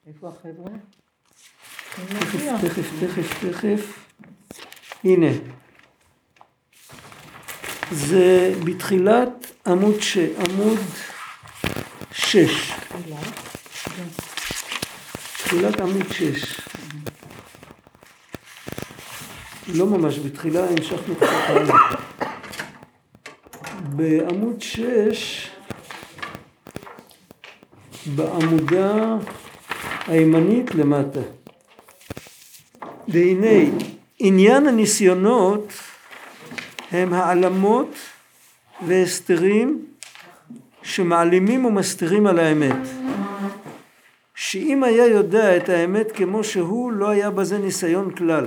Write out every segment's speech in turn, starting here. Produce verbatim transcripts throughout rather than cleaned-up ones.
איפה החבר'ה? תכף, תכף, תכף, תכף. הנה. זה בתחילת עמוד ש... עמוד שש. תחילת עמוד שש. לא ממש בתחילה, המשכנו קצת הלאה. בעמוד שש, בעמודה הימנית למטה. והנה, עניין הניסיונות הם העלמות והסתרים שמעלימים ומסתירים על האמת. שאם היה יודע את האמת כמו שהוא, לא היה בזה ניסיון כלל.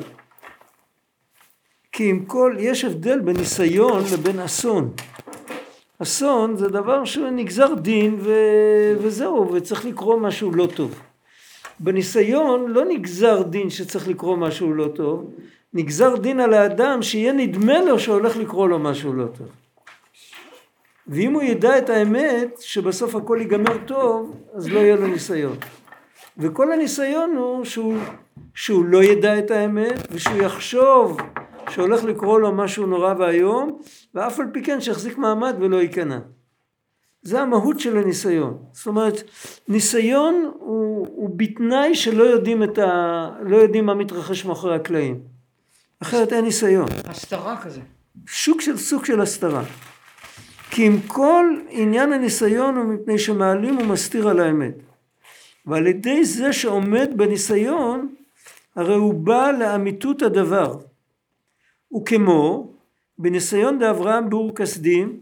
כי עם כל, יש הבדל בין ניסיון לבין אסון. אסון זה דבר שנגזר דין ו... וזהו, וצריך לקרוא משהו לא טוב. בניסיון לא נגזר דין שצריך לקרוא משהו לא טוב, נגזר דין על האדם שיהיה נדמה לו שהולך לקרוא לו משהו לא טוב. ואם הוא ידע את האמת שבסוף הכל ייגמר טוב, אז לא יהיה לו ניסיון. וכל הניסיון הוא שהוא, שהוא לא ידע את האמת, ושהוא יחשוב שהולך לקרוא לו משהו נורא והיום, ואף על פי כן שיחזיק מעמד ולא ייכנע. זה המהות של הניסיון. זאת אומרת, ניסיון הוא, הוא בתנאי שלא יודעים, את ה, לא יודעים מה מתרחש מאחורי הקלעים. אחרת אין ניסיון. הסתרה כזה. שוק של סוג של הסתרה. כי עם כל עניין הניסיון הוא מפני שמעלים ומסתיר על האמת. ועל ידי זה שעומד בניסיון, הרי הוא בא לאמיתות הדבר. וכמו בניסיון דאברהם באור כסדים,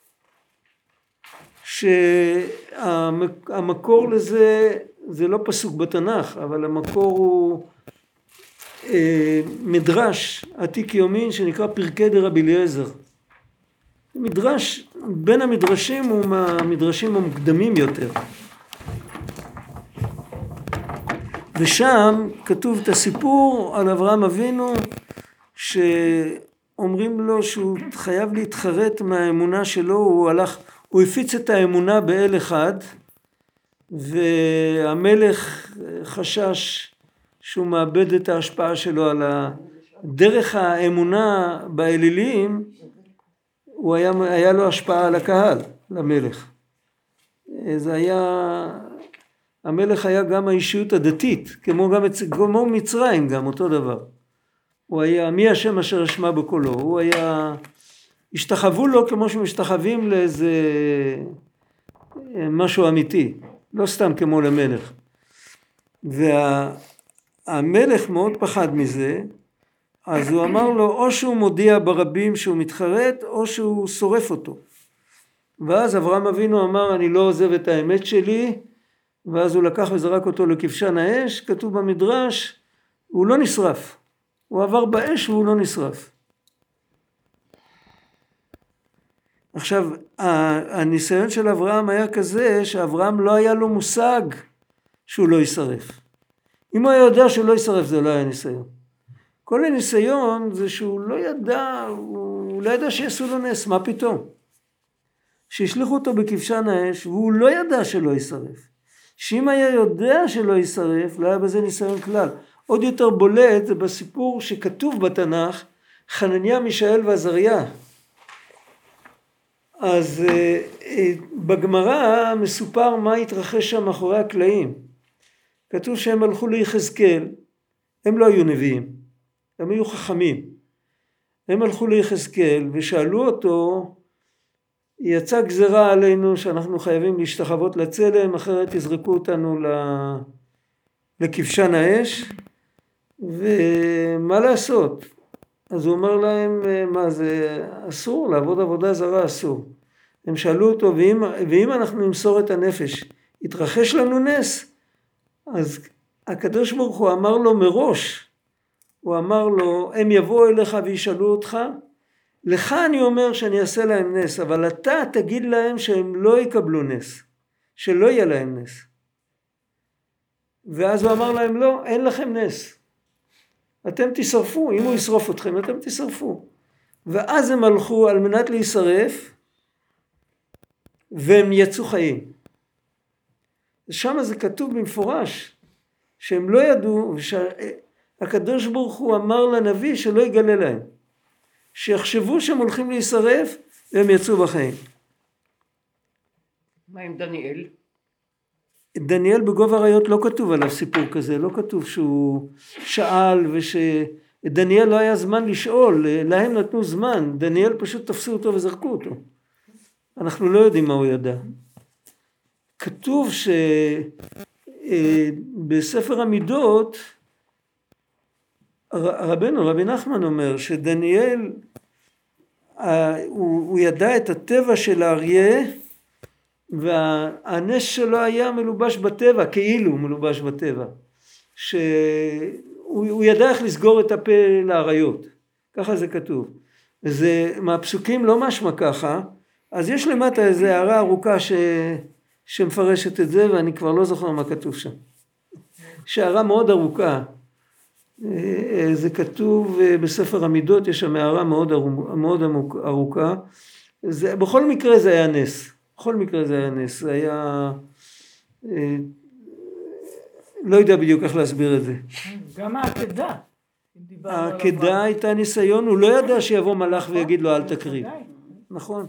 שהמקור לזה, זה לא פסוק בתנ"ך, אבל המקור הוא אה, מדרש עתיק יומין שנקרא פרקי דרבי אליעזר. מדרש, בין המדרשים הוא מהמדרשים המוקדמים יותר. ושם כתוב את הסיפור על אברהם אבינו, שאומרים לו שהוא חייב להתחרט מהאמונה שלו, הוא הלך, הוא הפיץ את האמונה באל אחד, והמלך חשש שהוא מאבד את ההשפעה שלו על דרך האמונה באלילים, הוא היה, היה לו השפעה על הקהל, למלך. זה היה, המלך היה גם האישיות הדתית, כמו גם כמו מצרים, גם אותו דבר. הוא היה, מי השם אשר אשמע בקולו, הוא היה, השתחוו לו כמו שמשתחווים לאיזה משהו אמיתי, לא סתם כמו למלך. והמלך מאוד פחד מזה, אז הוא אמר לו, או שהוא מודיע ברבים שהוא מתחרט, או שהוא שורף אותו. ואז אברהם אבינו אמר, אני לא עוזב את האמת שלי, ואז הוא לקח וזרק אותו לכבשן האש, כתוב במדרש, הוא לא נשרף. הוא עבר באש והוא לא נשרף. עכשיו, הניסיון של אברהם היה כזה, שאברהם לא היה לו מושג שהוא לא יישרף. אם הוא היה יודע שהוא לא יישרף, זה לא היה ניסיון. כל הניסיון זה שהוא לא ידע, הוא לא ידע שיעשו לו נס, מה פתאום? שישליחו אותו בכבשן האש, והוא לא ידע שלא יישרף. שאם היה יודע שלא יישרף, לא היה בזה ניסיון כלל. עוד יותר בולט זה בסיפור שכתוב בתנ"ך, חנניה, מישאל ועזריה. אז בגמרא מסופר מה התרחש שם מאחורי הקלעים. כתוב שהם הלכו ליחזקאל, הם לא היו נביאים, הם היו חכמים. הם הלכו ליחזקאל ושאלו אותו, יצא גזרה עלינו שאנחנו חייבים להשתחוות לצלם, אחרת יזרקו אותנו לכבשן האש, ומה לעשות? אז הוא אומר להם, מה זה אסור, לעבוד עבודה זרה אסור. הם שאלו אותו, ואם, ואם אנחנו נמסור את הנפש, יתרחש לנו נס? אז הקדוש ברוך הוא אמר לו מראש, הוא אמר לו, הם יבואו אליך וישאלו אותך, לך אני אומר שאני אעשה להם נס, אבל אתה תגיד להם שהם לא יקבלו נס, שלא יהיה להם נס. ואז הוא אמר להם, לא, אין לכם נס. אתם תשרפו, אם הוא ישרוף אתכם, אתם תשרפו. ואז הם הלכו על מנת להישרף, והם יצאו חיים. שם זה כתוב במפורש, שהם לא ידעו, והקדוש ברוך הוא אמר לנביא שלא יגלה להם, שיחשבו שהם הולכים להישרף והם יצאו בחיים. מה עם דניאל? דניאל בגוב האריות לא כתוב עליו סיפור כזה, לא כתוב שהוא שאל וש... דניאל לא היה זמן לשאול, להם נתנו זמן, דניאל פשוט תפסו אותו וזרקו אותו. אנחנו לא יודעים מה הוא ידע. כתוב שבספר המידות, רבנו, רבי נחמן אומר שדניאל, הוא, הוא ידע את הטבע של האריה, והנס שלו היה מלובש בטבע, כאילו הוא מלובש בטבע. שהוא ידע איך לסגור את הפה לאריות. ככה זה כתוב. וזה מהפסוקים לא משמע ככה, אז יש למטה איזו הערה ארוכה ש... שמפרשת את זה, ואני כבר לא זוכר מה כתוב שם. שהערה מאוד ארוכה. זה כתוב בספר המידות, יש שם הערה מאוד, מאוד ארוכה. זה, בכל מקרה זה היה נס. בכל מקרה זה היה נס. זה היה... לא יודע בדיוק איך להסביר את זה. גם העקדה. העקדה הייתה ניסיון, הוא לא ידע שיבוא מלאך ויגיד לו אל תקריב. נכון.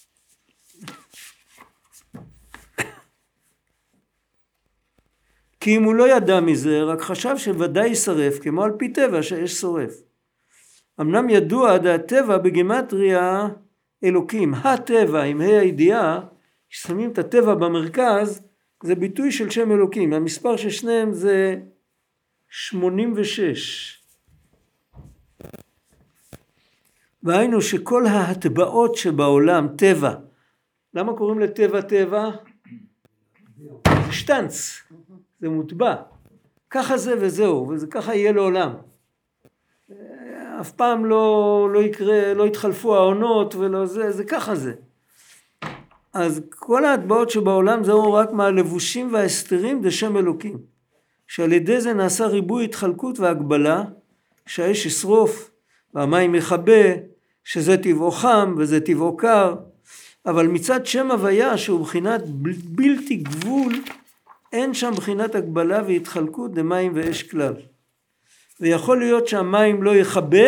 כי אם הוא לא ידע מזה, רק חשב שוודאי ישרף, כמו על פי טבע שיש שורף. אמנם ידוע עד הטבע בגימטריה אלוקים. הטבע, עם ה' הידיעה, ששמים את הטבע במרכז, זה ביטוי של שם אלוקים. המספר של שניהם זה שמונים ושש. והיינו שכל ההטבעות שבעולם, טבע. למה קוראים לטבע טבע? זה שטנץ. זה מוטבע. ככה זה וזהו, וזה ככה יהיה לעולם. אף פעם לא, לא יקרה, לא יתחלפו העונות ולא זה, זה ככה זה. אז כל ההטבעות שבעולם זהו רק מהלבושים וההסתרים דשם אלוקים. שעל ידי זה נעשה ריבוי התחלקות והגבלה, שהאש ישרוף והמים יכבה, שזה טבעו חם וזה טבעו קר, אבל מצד שם הוויה שהוא בחינת בלתי גבול, אין שם בחינת הגבלה והתחלקות דמים ואש כלל. ויכול להיות שהמים לא יכבה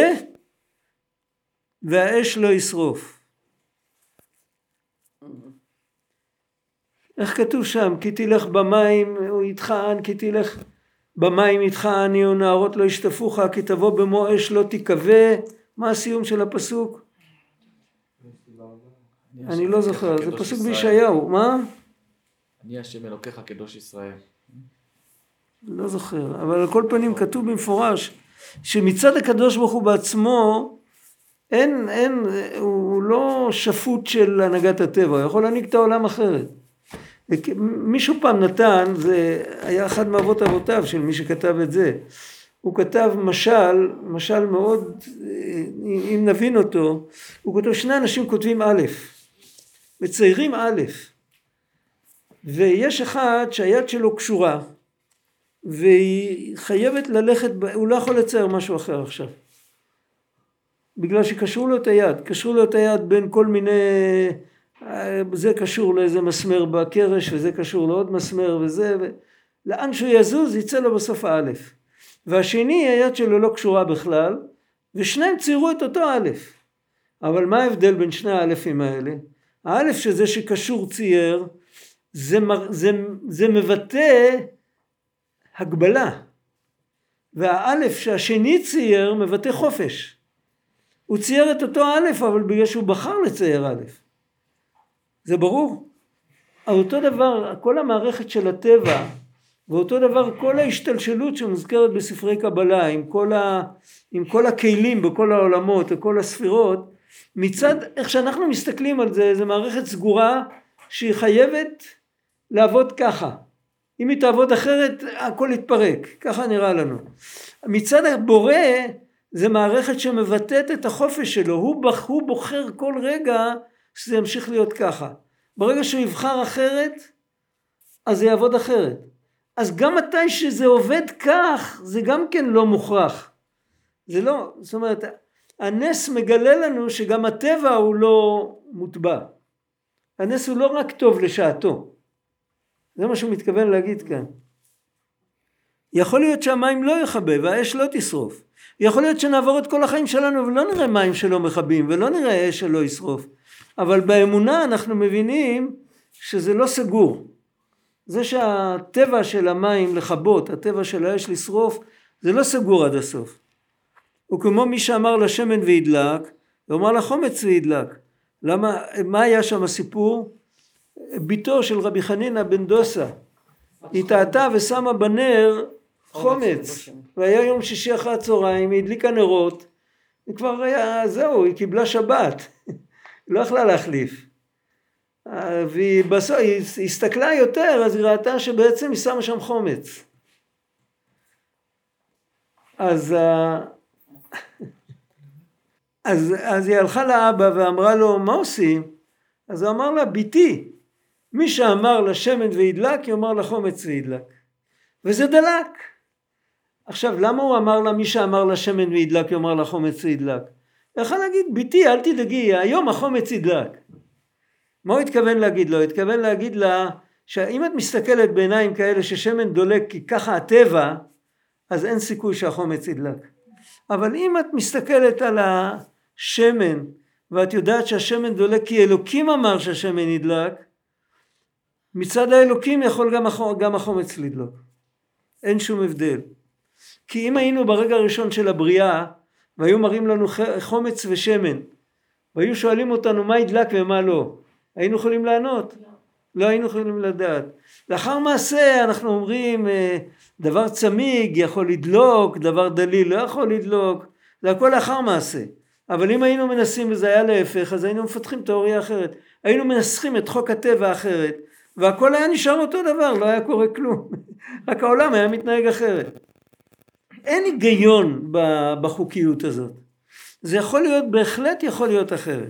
והאש לא ישרוף. איך כתוב שם? כי תלך במים הוא יתחען, כי תלך במים יתחעני ונערות לא ישטפוך, כי תבוא במו אש לא תיכווה. מה הסיום של הפסוק? אני לא זוכר, זה פסוק בישעיהו. מה? אני השם אלוקיך קדוש ישראל. לא זוכר, אבל על כל פנים כתוב במפורש שמצד הקדוש ברוך הוא בעצמו אין, אין, הוא לא שפוט של הנהגת הטבע, הוא יכול להנהיג את העולם אחרת. מישהו פעם נתן, זה היה אחד מאבות אבותיו של מי שכתב את זה, הוא כתב משל, משל מאוד, אם נבין אותו, הוא כתב שני אנשים כותבים א', מציירים א', ויש אחד שהיד שלו קשורה, והיא חייבת ללכת, הוא לא יכול לצייר משהו אחר עכשיו. בגלל שקשרו לו את היד, קשרו לו את היד בין כל מיני, זה קשור לאיזה מסמר בקרש, וזה קשור לעוד מסמר וזה, לאן שהוא יזוז יצא לו בסוף האלף. והשני היד שלו לא קשורה בכלל, ושניהם ציירו את אותו אלף. אבל מה ההבדל בין שני האלפים האלה? האלף שזה שקשור צייר, זה, זה, זה מבטא הגבלה. והאלף שהשני צייר מבטא חופש. הוא צייר את אותו אלף, אבל בגלל שהוא בחר לצייר אלף. זה ברור. אותו דבר, כל המערכת של הטבע, ואותו דבר כל ההשתלשלות שמוזכרת בספרי קבלה, עם כל, ה, עם כל הכלים בכל העולמות וכל הספירות, מצד איך שאנחנו מסתכלים על זה, זה מערכת סגורה שהיא חייבת לעבוד ככה. אם היא תעבוד אחרת, הכל יתפרק. ככה נראה לנו. מצד הבורא, זה מערכת שמבטאת את החופש שלו. הוא, בח, הוא בוחר כל רגע שזה ימשיך להיות ככה. ברגע שהוא יבחר אחרת, אז זה יעבוד אחרת. אז גם מתי שזה עובד כך, זה גם כן לא מוכרח. זה לא, זאת אומרת, הנס מגלה לנו שגם הטבע הוא לא מוטבע. הנס הוא לא רק טוב לשעתו. זה מה שהוא מתכוון להגיד כאן. יכול להיות שהמים לא יכבה והאש לא תשרוף. יכול להיות שנעבור את כל החיים שלנו ולא נראה מים שלא מכבים ולא נראה אש שלא ישרוף. אבל באמונה אנחנו מבינים שזה לא סגור. זה שהטבע של המים לכבות, הטבע של האש לשרוף, זה לא סגור עד הסוף. וכמו מי שאמר לשמן וידלק, הוא אמר לחומץ וידלק. למה, מה היה שם הסיפור? ביתו של רבי חנינא בן דוסה, היא טעתה ושמה בנר חומץ, והיה יום שישי אחר הצהריים, היא הדליקה נרות, וכבר היה, זהו, היא קיבלה שבת, לא יכלה להחליף. והיא בסוף, היא הסתכלה יותר, אז היא ראתה שבעצם היא שמה שם חומץ. אז, אז, אז היא הלכה לאבא ואמרה לו, מה עושים? אז הוא אמר לה, ביתי, מי שאמר לשמן וידלק, יאמר לחומץ וידלק. וזה דלק. עכשיו, למה הוא אמר לה, מי שאמר לשמן וידלק, יאמר לחומץ וידלק? הוא יכול להגיד, ביתי, אל תדאגי, היום החומץ ידלק. מה הוא התכוון להגיד לו? הוא התכוון להגיד לה, שאם את מסתכלת בעיניים כאלה ששמן דולק כי ככה הטבע, אז אין סיכוי שהחומץ ידלק. אבל אם את מסתכלת על השמן, ואת יודעת שהשמן דולק כי אלוקים אמר שהשמן ידלק, מצד האלוקים יכול גם, גם החומץ לדלוק. אין שום הבדל. כי אם היינו ברגע הראשון של הבריאה, והיו מראים לנו חומץ ושמן, והיו שואלים אותנו מה ידלק ומה לא, היינו יכולים לענות? לא. לא היינו יכולים לדעת. לאחר מעשה אנחנו אומרים, דבר צמיג יכול לדלוק, דבר דליל לא יכול לדלוק, זה הכל לאחר מעשה. אבל אם היינו מנסים וזה היה להפך, אז היינו מפתחים תיאוריה אחרת. היינו מנסחים את חוק הטבע אחרת, והכל היה נשאר אותו דבר, לא היה קורה כלום. רק העולם היה מתנהג אחרת. אין היגיון בחוקיות הזאת. זה יכול להיות, בהחלט יכול להיות אחרת.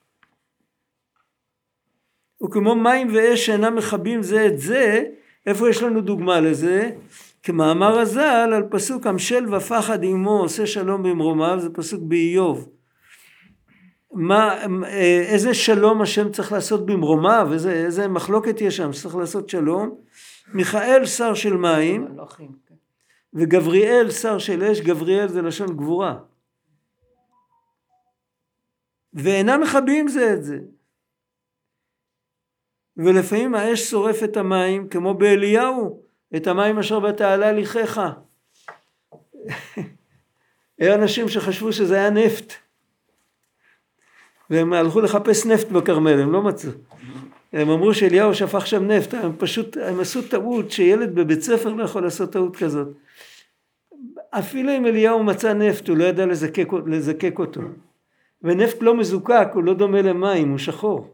וכמו מים ואש שאינם מכבים זה את זה, איפה יש לנו דוגמה לזה? כמאמר הז"ל על פסוק המשל ופחד עמו עושה שלום במרומיו, זה פסוק באיוב. מה, איזה שלום השם צריך לעשות במרומיו, איזה, איזה מחלוקת יש שם שצריך לעשות שלום. מיכאל שר של מים, וגבריאל שר של אש, גבריאל זה לשון גבורה. ואינם מכבים זה את זה. ולפעמים האש שורף את המים, כמו באליהו, את המים אשר בתעלה ליחך. היו אנשים שחשבו שזה היה נפט. והם הלכו לחפש נפט בכרמל, הם לא מצאו. הם אמרו שאליהו שפך שם נפט, הם פשוט, הם עשו טעות שילד בבית ספר לא יכול לעשות טעות כזאת. אפילו אם אליהו מצא נפט, הוא לא ידע לזקק, לזקק אותו. ונפט לא מזוקק, הוא לא דומה למים, הוא שחור.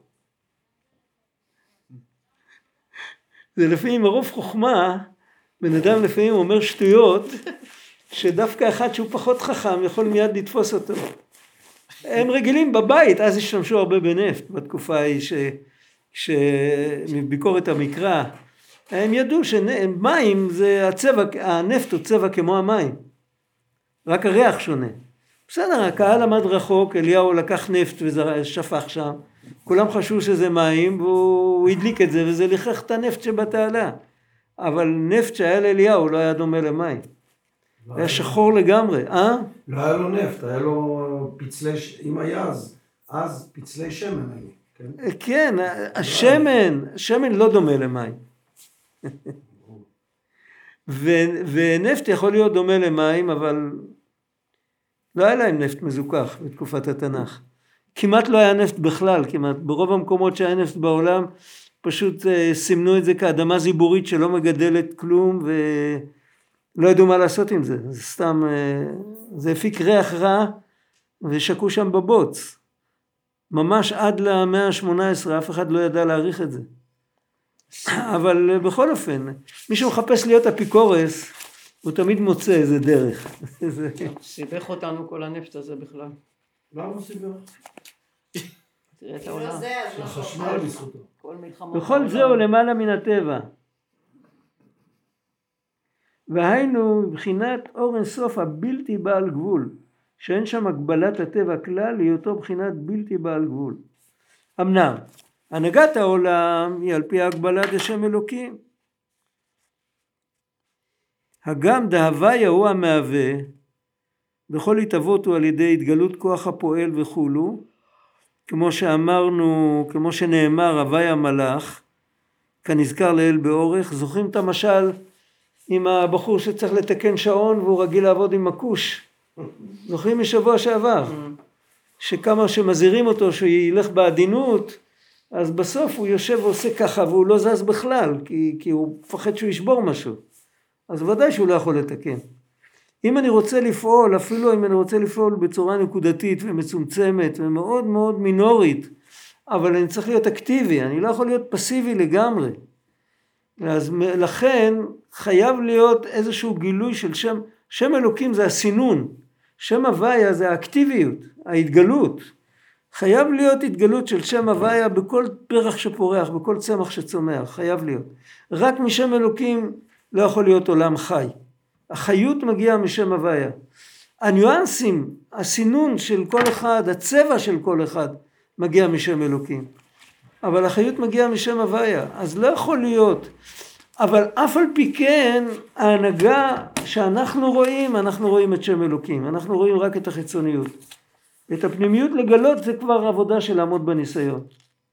זה לפעמים מרוב חוכמה, בן אדם לפעמים אומר שטויות, שדווקא אחד שהוא פחות חכם יכול מיד לתפוס אותו. הם רגילים בבית, אז השתמשו הרבה בנפט, בתקופה ההיא שמביקורת המקרא. הם ידעו שמים זה הצבע, הנפט הוא צבע כמו המים. רק הריח שונה. בסדר, הקהל עמד רחוק, אליהו לקח נפט ושפך שם. כולם חשבו שזה מים, והוא הדליק את זה, וזה ליחך את הנפט שבתעלה. אבל נפט שהיה לאליהו לא היה דומה למים. לא היה שחור לגמרי, אה? לא היה לו נפט, היה לו פצלי, אם היה אז, אז פצלי שמן היו. כן, כן, השמן, השמן לא דומה למים. ונפט יכול להיות דומה למים, אבל לא היה להם נפט מזוכח בתקופת התנ"ך. כמעט לא היה נפט בכלל, כמעט. ברוב המקומות שהיה נפט בעולם, פשוט סימנו את זה כאדמה זיבורית שלא מגדלת כלום, ולא ידעו מה לעשות עם זה. זה סתם, זה הפיק ריח רע, ושקו שם בבוץ. ממש עד למאה ה-שמונה עשרה, אף אחד לא ידע להעריך את זה. אבל בכל אופן, מי שמחפש להיות אפיקורס, הוא תמיד מוצא איזה דרך. סיבך אותנו כל הנפט הזה בכלל. למה הוא סיבך? תראה את העולם. החשמל בזכותו. וכל זהו למעלה מן הטבע. והיינו מבחינת אור אינסוף הבלתי בעל גבול, שאין שם הגבלת הטבע כלל, להיותו בחינת בלתי בעל גבול. אמנם, הנהגת העולם היא על פי הגבלת השם אלוקים. הגם דהוויה הוא המהווה, בכל התאבות הוא על ידי התגלות כוח הפועל וכולו, כמו שאמרנו, כמו שנאמר, הוויה מלאך, כנזכר לאל באורך. זוכרים את המשל עם הבחור שצריך לתקן שעון והוא רגיל לעבוד עם מקוש? זוכרים משבוע שעבר? שכמה שמזהירים אותו שהוא ילך בעדינות, אז בסוף הוא יושב ועושה ככה והוא לא זז בכלל, כי, כי הוא פחד שהוא ישבור משהו. אז ודאי שהוא לא יכול לתקן. אם אני רוצה לפעול, אפילו אם אני רוצה לפעול בצורה נקודתית ומצומצמת ומאוד מאוד מינורית, אבל אני צריך להיות אקטיבי, אני לא יכול להיות פסיבי לגמרי. אז לכן חייב להיות איזשהו גילוי של שם, שם אלוקים זה הסינון, שם הוויה זה האקטיביות, ההתגלות. חייב להיות התגלות של שם הוויה בכל פרח שפורח, בכל צמח שצומח, חייב להיות. רק משם אלוקים לא יכול להיות עולם חי. החיות מגיעה משם הוויה. הניואנסים, הסינון של כל אחד, הצבע של כל אחד, מגיע משם אלוקים. אבל החיות מגיעה משם הוויה. אז לא יכול להיות. אבל אף על פי כן, ההנהגה שאנחנו רואים, אנחנו רואים את שם אלוקים. אנחנו רואים רק את החיצוניות. את הפנימיות לגלות זה כבר עבודה של לעמוד בניסיון.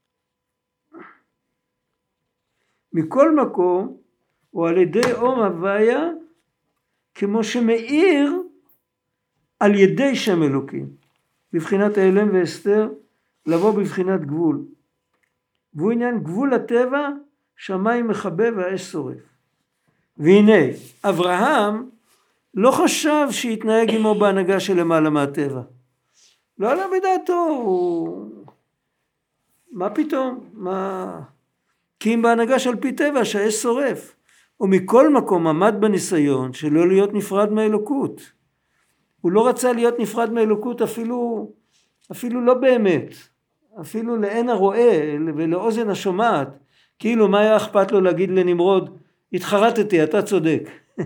מכל מקום, או על ידי אום הוויה, כמו שמאיר על ידי שם אלוקים. בבחינת האלם והסתר, לבוא בבחינת גבול. והוא עניין גבול הטבע, שמיים מכבה והאש שורף. והנה, אברהם לא חשב שיתנהג עמו בהנהגה של למעלה מהטבע. לא עלה בדעתו, הוא... מה פתאום? מה... כי אם בהנהגה של פי טבע שהאש שורף. ומכל מקום עמד בניסיון שלא להיות נפרד מאלוקות. הוא לא רצה להיות נפרד מאלוקות אפילו, אפילו לא באמת. אפילו לעין הרואה ולאוזן השומעת. כאילו מה היה אכפת לו להגיד לנמרוד, התחרטתי, אתה צודק.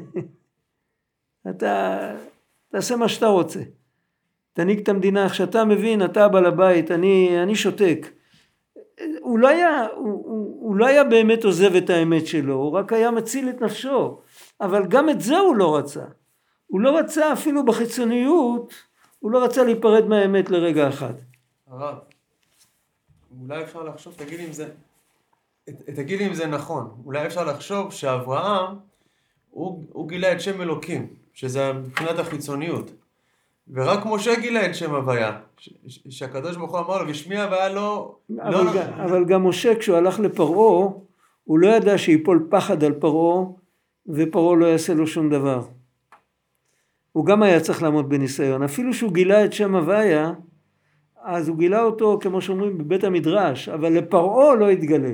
אתה תעשה מה שאתה רוצה. תנהיג את המדינה איך שאתה מבין, אתה בעל הבית, אני, אני שותק. הוא לא היה, הוא, הוא, הוא לא היה באמת עוזב את האמת שלו, הוא רק היה מציל את נפשו. אבל גם את זה הוא לא רצה. הוא לא רצה אפילו בחיצוניות, הוא לא רצה להיפרד מהאמת לרגע אחד. הרב, אולי אפשר לחשוב, תגיד אם זה, תגיד אם זה נכון, אולי אפשר לחשוב שאברהם, הוא, הוא גילה את שם אלוקים, שזה מבחינת החיצוניות. ורק משה גילה את שם הוויה, שהקדוש ברוך הוא אמר לו, ושמי הוויה לא... אבל, לא גם, אבל גם משה כשהוא הלך לפרעה, הוא לא ידע שיפול פחד על פרעה, ופרעה לא יעשה לו שום דבר. הוא גם היה צריך לעמוד בניסיון. אפילו שהוא גילה את שם הוויה, אז הוא גילה אותו, כמו שאומרים, בבית המדרש, אבל לפרעה לא התגלה.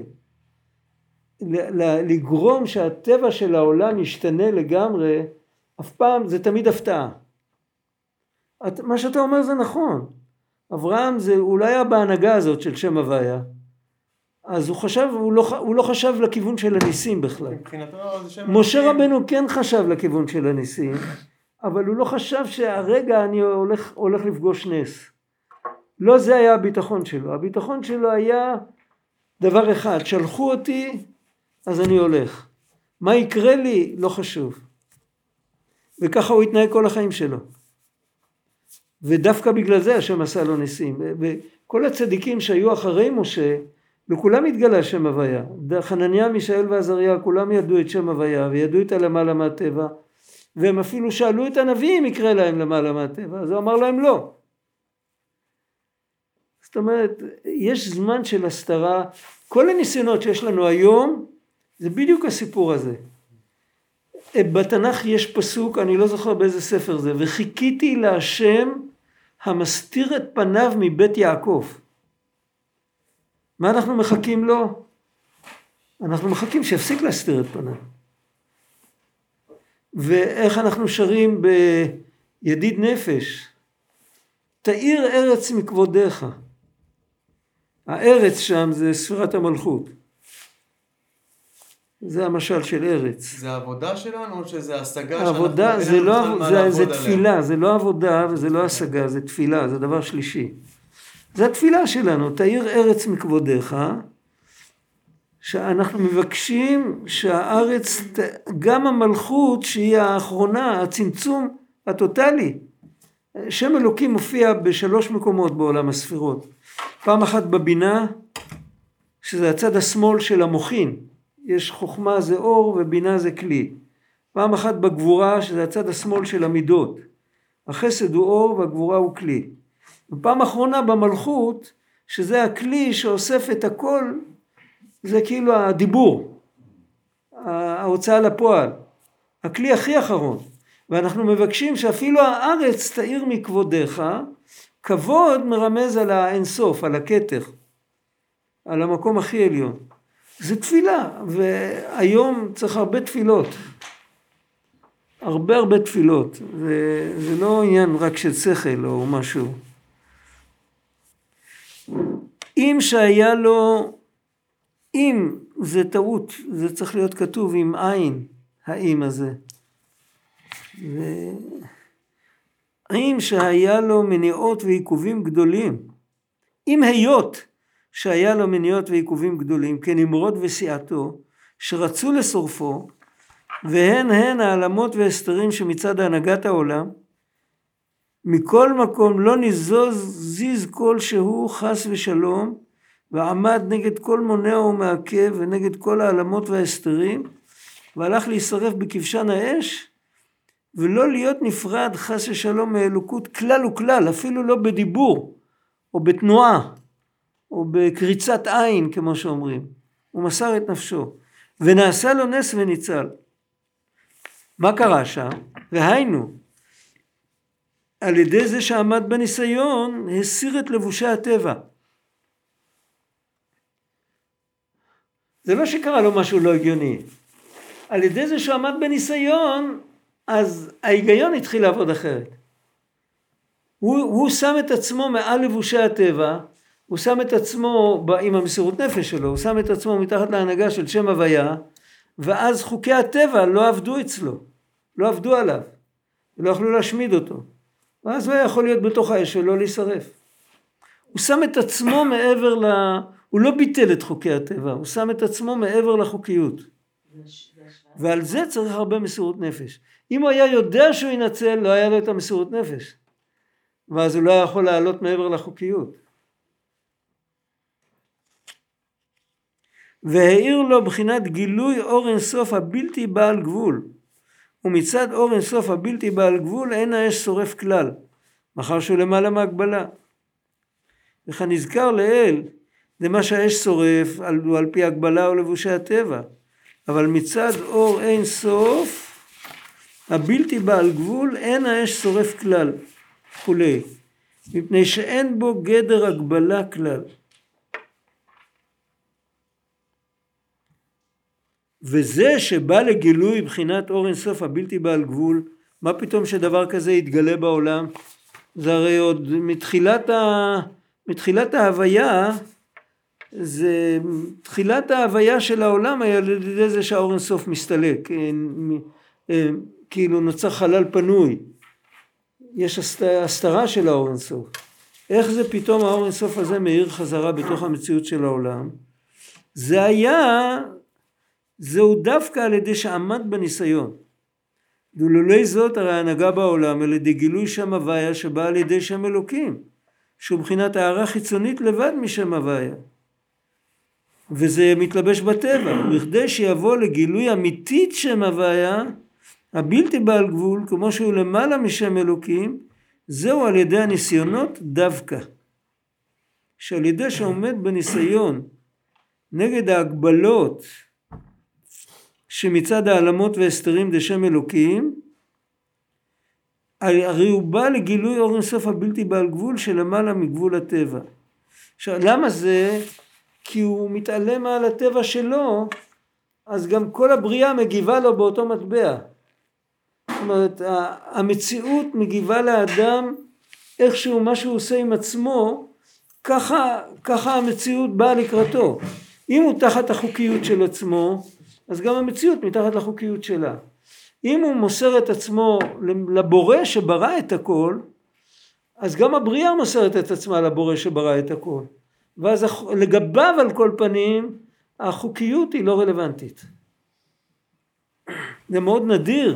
לגרום שהטבע של העולם ישתנה לגמרי, אף פעם, זה תמיד הפתעה. מה שאתה אומר זה נכון. אברהם זה אולי היה בהנהגה הזאת של שם הוויה. אז הוא חשב, הוא לא, הוא לא חשב לכיוון של הניסים בכלל. משה רבנו כן חשב לכיוון של הניסים, אבל הוא לא חשב שהרגע אני הולך, הולך לפגוש נס. לא זה היה הביטחון שלו. הביטחון שלו היה דבר אחד, שלחו אותי, אז אני הולך. מה יקרה לי? לא חשוב. וככה הוא התנהג כל החיים שלו. ודווקא בגלל זה השם עשה לו ניסים. וכל הצדיקים שהיו אחרי משה, לכולם התגלה שם הוויה. חנניה, מישאל ועזריה, כולם ידעו את שם הוויה, וידעו את הלמעלה מהטבע, והם אפילו שאלו את הנביאים יקרה להם למעלה מהטבע, אז הוא אמר להם לא. זאת אומרת, יש זמן של הסתרה, כל הניסיונות שיש לנו היום, זה בדיוק הסיפור הזה. בתנ"ך יש פסוק, אני לא זוכר באיזה ספר זה, וחיכיתי להשם המסתיר את פניו מבית יעקב. מה אנחנו מחכים לו? אנחנו מחכים שיפסיק להסתיר את פניו. ואיך אנחנו שרים בידיד נפש? תאיר ארץ מכבודך. הארץ שם זה ספירת המלכות. זה המשל של ארץ. זה העבודה שלנו או שזה השגה? העבודה זה לא, זה, זה תפילה, זה לא עבודה וזה לא השגה, זה תפילה, זה דבר שלישי. זה התפילה שלנו, תאיר ארץ מכבודך, שאנחנו מבקשים שהארץ, גם המלכות שהיא האחרונה, הצמצום הטוטלי, שם אלוקים מופיע בשלוש מקומות בעולם הספירות. פעם אחת בבינה, שזה הצד השמאל של המוחין, יש חוכמה זה אור ובינה זה כלי. פעם אחת בגבורה, שזה הצד השמאל של המידות, החסד הוא אור והגבורה הוא כלי. ופעם אחרונה במלכות, שזה הכלי שאוסף את הכל, זה כאילו הדיבור, ההוצאה לפועל, הכלי הכי אחרון. ואנחנו מבקשים שאפילו הארץ תאיר מכבודך, כבוד מרמז על האינסוף, על הכתר, על המקום הכי עליון. זה תפילה, והיום צריך הרבה תפילות. הרבה הרבה תפילות. זה, זה לא עניין רק של שכל או משהו. אם שהיה לו, אם זה טעות, זה צריך להיות כתוב עם עין, האם הזה. אם שהיה לו מניעות ועיכובים גדולים, אם היות שהיה לו מניעות ועיכובים גדולים, כנמרוד וסיעתו, שרצו לשורפו, והן הן העלמות והסתרים שמצד הנהגת העולם, מכל מקום לא נזיז כלשהו חס ושלום, ועמד נגד כל מונע ומעכב, ונגד כל העלמות וההסתרים, והלך להישרף בכבשן האש, ולא להיות נפרד חס ושלום מאלוקות כלל וכלל, אפילו לא בדיבור, או בתנועה, או בקריצת עין, כמו שאומרים. הוא מסר את נפשו, ונעשה לו נס וניצל. מה קרה שם? והיינו, על ידי זה שעמד בניסיון, הסיר את לבושי הטבע. זה לא שקרה לו משהו לא הגיוני. על ידי זה שעמד בניסיון, אז ההיגיון התחיל לעבוד אחרת. הוא, הוא שם את עצמו מעל לבושי הטבע, הוא שם את עצמו עם המסירות נפש שלו, הוא שם את עצמו מתחת להנהגה של שם הוויה, ואז חוקי הטבע לא עבדו אצלו, לא עבדו עליו, לא יכלו להשמיד אותו. ואז הוא היה יכול להיות בתוך האש ולא להישרף. הוא שם את עצמו מעבר ל... הוא לא ביטל את חוקי הטבע, הוא שם את עצמו מעבר לחוקיות. ועל זה צריך הרבה מסירות נפש. אם הוא היה יודע שהוא ינצל, לא היה לו את המסירות נפש. ואז הוא לא יכול לעלות מעבר לחוקיות. והעיר לו בחינת גילוי אור אינסוף הבלתי בעל גבול. ומצד אור אינסוף הבלתי בעל גבול אין האש שורף כלל, מאחר שהוא למעלה מהגבלה. וכנזכר לאל, זה מה שהאש שורף על, על פי הגבלה או לבושי הטבע. אבל מצד אור אינסוף הבלתי בעל גבול אין האש שורף כלל, כולי. מפני שאין בו גדר הגבלה כלל. וזה שבא לגילוי בחינת אור אינסוף הבלתי בעל גבול, מה פתאום שדבר כזה יתגלה בעולם? זה הרי עוד מתחילת, ה... מתחילת ההוויה, זה תחילת ההוויה של העולם היה לידי זה שהאור אינסוף מסתלק, כאילו נוצר חלל פנוי, יש הסתרה של האור אינסוף. איך זה פתאום האור אינסוף הזה מאיר חזרה בתוך המציאות של העולם? זה היה... זהו דווקא על ידי שעמד בניסיון. ולולי זאת הרי הנהגה בעולם על ידי גילוי שם הוויה שבא על ידי שם אלוקים, שהוא מבחינת הערה חיצונית לבד משם הוויה. וזה מתלבש בטבע, בכדי שיבוא לגילוי אמיתית שם הוויה, הבלתי בעל גבול, כמו שהוא למעלה משם אלוקים, זהו על ידי הניסיונות דווקא. שעל ידי שעומד בניסיון נגד ההגבלות, שמצד העלמות והסתרים דשם אלוקים, הרי הוא בא לגילוי אור אינסוף הבלתי בעל גבול שלמעלה מגבול הטבע. עכשיו, למה זה? כי הוא מתעלם על הטבע שלו, אז גם כל הבריאה מגיבה לו באותו מטבע. זאת אומרת, המציאות מגיבה לאדם איכשהו מה שהוא עושה עם עצמו, ככה, ככה המציאות באה לקראתו. אם הוא תחת החוקיות של עצמו, אז גם המציאות מתחת לחוקיות שלה. אם הוא מוסר את עצמו לבורא שברא את הכל, אז גם הבריאה מוסרת את עצמה לבורא שברא את הכל. ואז לגביו על כל פנים, החוקיות היא לא רלוונטית. זה מאוד נדיר.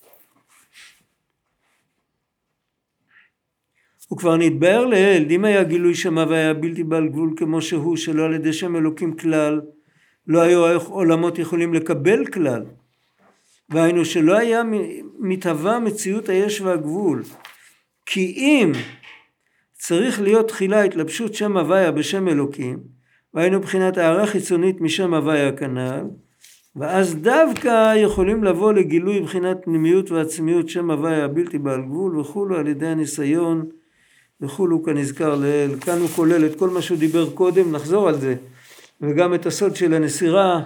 הוא כבר נתבהר לאל, אם היה גילוי שמה והיה בלתי בעל גבול כמו שהוא, שלא על ידי שם אלוקים כלל, לא היו עולמות יכולים לקבל כלל. והיינו שלא היה מתהווה מציאות היש והגבול. כי אם צריך להיות תחילה התלבשות שם הוויה בשם אלוקים, והיינו בחינת הערה חיצונית משם הוויה כנ"ל, ואז דווקא יכולים לבוא לגילוי בחינת פנימיות ועצמיות שם הוויה בלתי בעל גבול וכולו על ידי הניסיון וכולו כנזכר לאל. כאן הוא כולל את כל מה שהוא דיבר קודם, נחזור על זה, וגם את הסוד של הנסירה.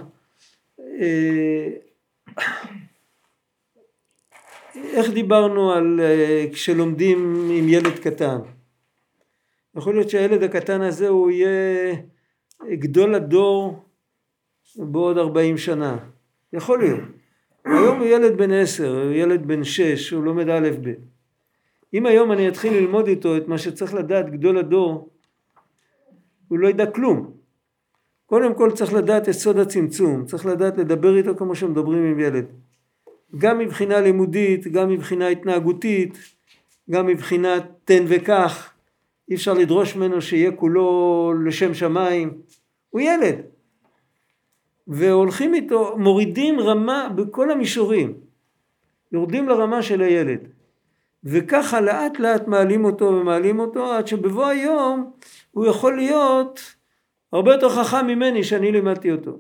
איך דיברנו על כשלומדים עם ילד קטן? יכול להיות שהילד הקטן הזה הוא יהיה גדול הדור בעוד ארבעים שנה. יכול להיות. היום הוא ילד בן עשר, הוא ילד בן שש, הוא לומד א' ב'. אם היום אני אתחיל ללמוד איתו את מה שצריך לדעת גדול הדור, הוא לא ידע כלום. קודם כל צריך לדעת את סוד הצמצום, צריך לדעת לדבר איתו כמו שמדברים עם ילד. גם מבחינה לימודית, גם מבחינה התנהגותית, גם מבחינת תן וכך. אי אפשר לדרוש ממנו שיהיה כולו לשם שמיים. הוא ילד. והולכים איתו, מורידים רמה בכל המישורים. יורדים לרמה של הילד. וככה לאט לאט מעלים אותו ומעלים אותו, עד שבבוא היום הוא יכול להיות הרבה יותר חכם ממני שאני לימדתי אותו.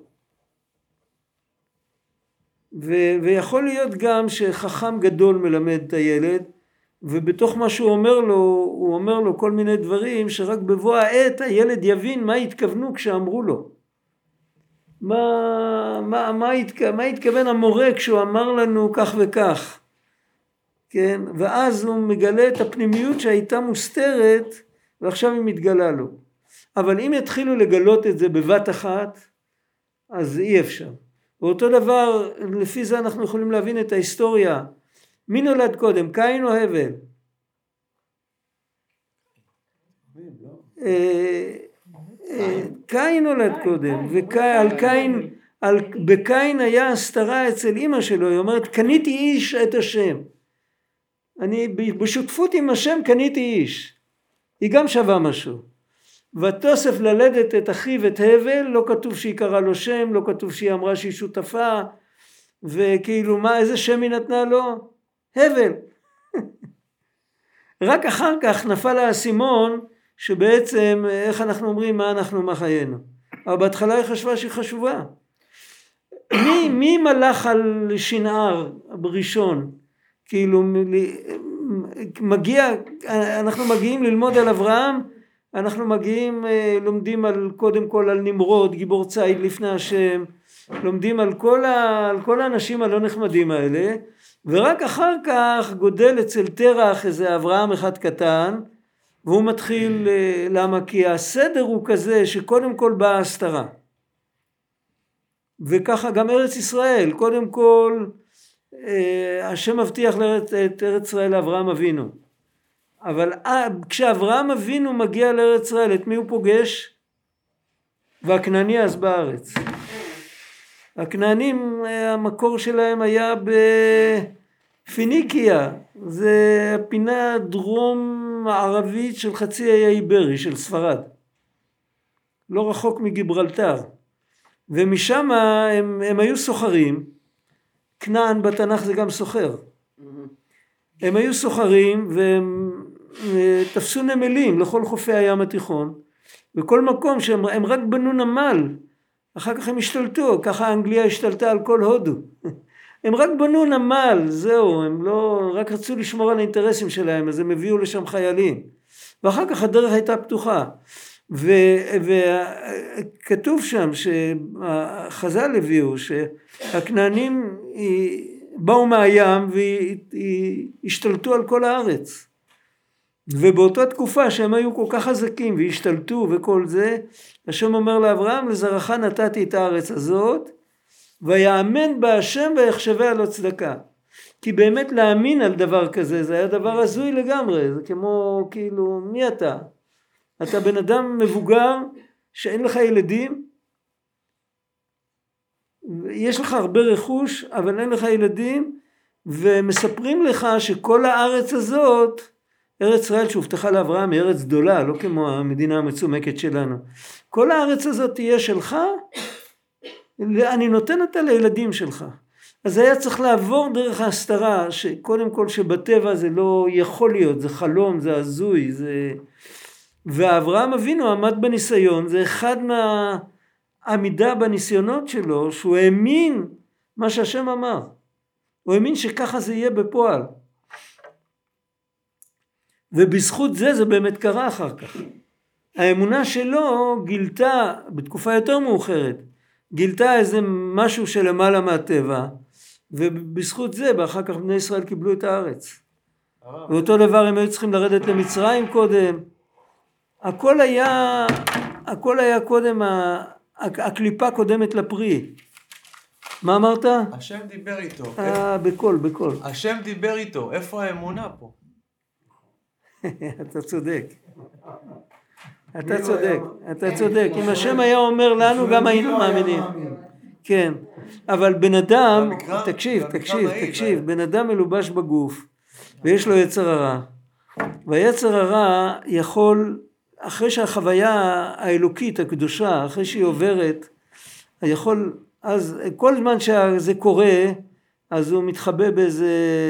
ו- ויכול להיות גם שחכם גדול מלמד את הילד, ובתוך מה שהוא אומר לו, הוא אומר לו כל מיני דברים שרק בבוא העת הילד יבין מה התכוונו כשאמרו לו. מה, מה, מה, התכ... מה התכוון המורה כשהוא אמר לנו כך וכך. כן? ואז הוא מגלה את הפנימיות שהייתה מוסתרת, ועכשיו היא מתגלה לו. אבל אם יתחילו לגלות את זה בבת אחת, אז אי אפשר. ואותו דבר, לפי זה אנחנו יכולים להבין את ההיסטוריה. מי נולד קודם? קין או הבל? קין נולד קודם, ובקין היה הסתרה אצל אמא שלו, היא אומרת, קניתי איש את השם. אני בשותפות עם השם קניתי איש. היא גם שווה משהו. ותוסף ללדת את אחיו את הבל, לא כתוב שהיא קראה לו שם, לא כתוב שהיא אמרה שהיא שותפה, וכאילו מה, איזה שם היא נתנה לו? הבל. רק אחר כך נפל האסימון, שבעצם, איך אנחנו אומרים, מה אנחנו, מה חיינו. אבל בהתחלה היא חשבה שהיא חשובה. מי, מי מלך על שנער בראשון? כאילו, מגיע, אנחנו מגיעים ללמוד על אברהם, אנחנו מגיעים, לומדים על, קודם כל על נמרוד, גיבור ציד לפני השם, לומדים על כל, ה, על כל האנשים הלא נחמדים האלה, ורק אחר כך גודל אצל תרח איזה אברהם אחד קטן, והוא מתחיל, למה? כי הסדר הוא כזה שקודם כל באה הסתרה. וככה גם ארץ ישראל, קודם כל, השם מבטיח את ארץ ישראל לאברהם אבינו. אבל כשאברהם אבינו מגיע לארץ ישראל, את מי הוא פוגש? והכנעני אז בארץ. הכנענים, המקור שלהם היה בפיניקיה, זה הפינה דרום מערבית של חצי האי האיברי, של ספרד. לא רחוק מגיברלטר. ומשם הם, הם היו סוחרים, כנען בתנ"ך זה גם סוחר. הם היו סוחרים והם תפסו נמלים לכל חופי הים התיכון, וכל מקום שהם הם רק בנו נמל, אחר כך הם השתלטו, ככה אנגליה השתלטה על כל הודו. הם רק בנו נמל, זהו, הם לא, רק רצו לשמור על האינטרסים שלהם, אז הם הביאו לשם חיילים. ואחר כך הדרך הייתה פתוחה. וכתוב שם שהחז"ל הביאו שהכנענים באו מהים והשתלטו על כל הארץ. ובאותה תקופה שהם היו כל כך חזקים והשתלטו וכל זה, השם אומר לאברהם, לזרעך נתתי את הארץ הזאת, ויאמן בה השם ויחשביה לו צדקה. כי באמת להאמין על דבר כזה, זה היה דבר הזוי לגמרי, זה כמו כאילו, מי אתה? אתה בן אדם מבוגר שאין לך ילדים, יש לך הרבה רכוש, אבל אין לך ילדים, ומספרים לך שכל הארץ הזאת, ארץ ישראל שהובטחה לאברהם היא ארץ גדולה, לא כמו המדינה המצומקת שלנו. כל הארץ הזאת תהיה שלך, אני נותן אותה לילדים שלך. אז היה צריך לעבור דרך ההסתרה, שקודם כל שבטבע זה לא יכול להיות, זה חלום, זה הזוי, זה... ואברהם אבינו עמד בניסיון, זה אחד מהעמידה בניסיונות שלו, שהוא האמין מה שהשם אמר. הוא האמין שככה זה יהיה בפועל. ובזכות זה זה באמת קרה אחר כך. האמונה שלו גילתה, בתקופה יותר מאוחרת, גילתה איזה משהו שלמעלה מהטבע, ובזכות זה, ואחר כך בני ישראל קיבלו את הארץ. ואותו דבר הם היו צריכים לרדת למצרים קודם. הכל היה, הכל היה קודם, הקליפה קודמת לפרי. מה אמרת? השם דיבר איתו. אה, בכל, בכל. השם דיבר איתו, איפה האמונה פה? אתה צודק. אתה צודק, אתה צודק. אם השם היה אומר לנו, גם היינו מאמינים. כן, אבל בן אדם, תקשיב, תקשיב, תקשיב, בן אדם מלובש בגוף, ויש לו יצר הרע. והיצר הרע יכול, אחרי שהחוויה האלוקית הקדושה, אחרי שהיא עוברת, יכול, אז כל זמן שזה קורה, אז הוא מתחבא באיזה,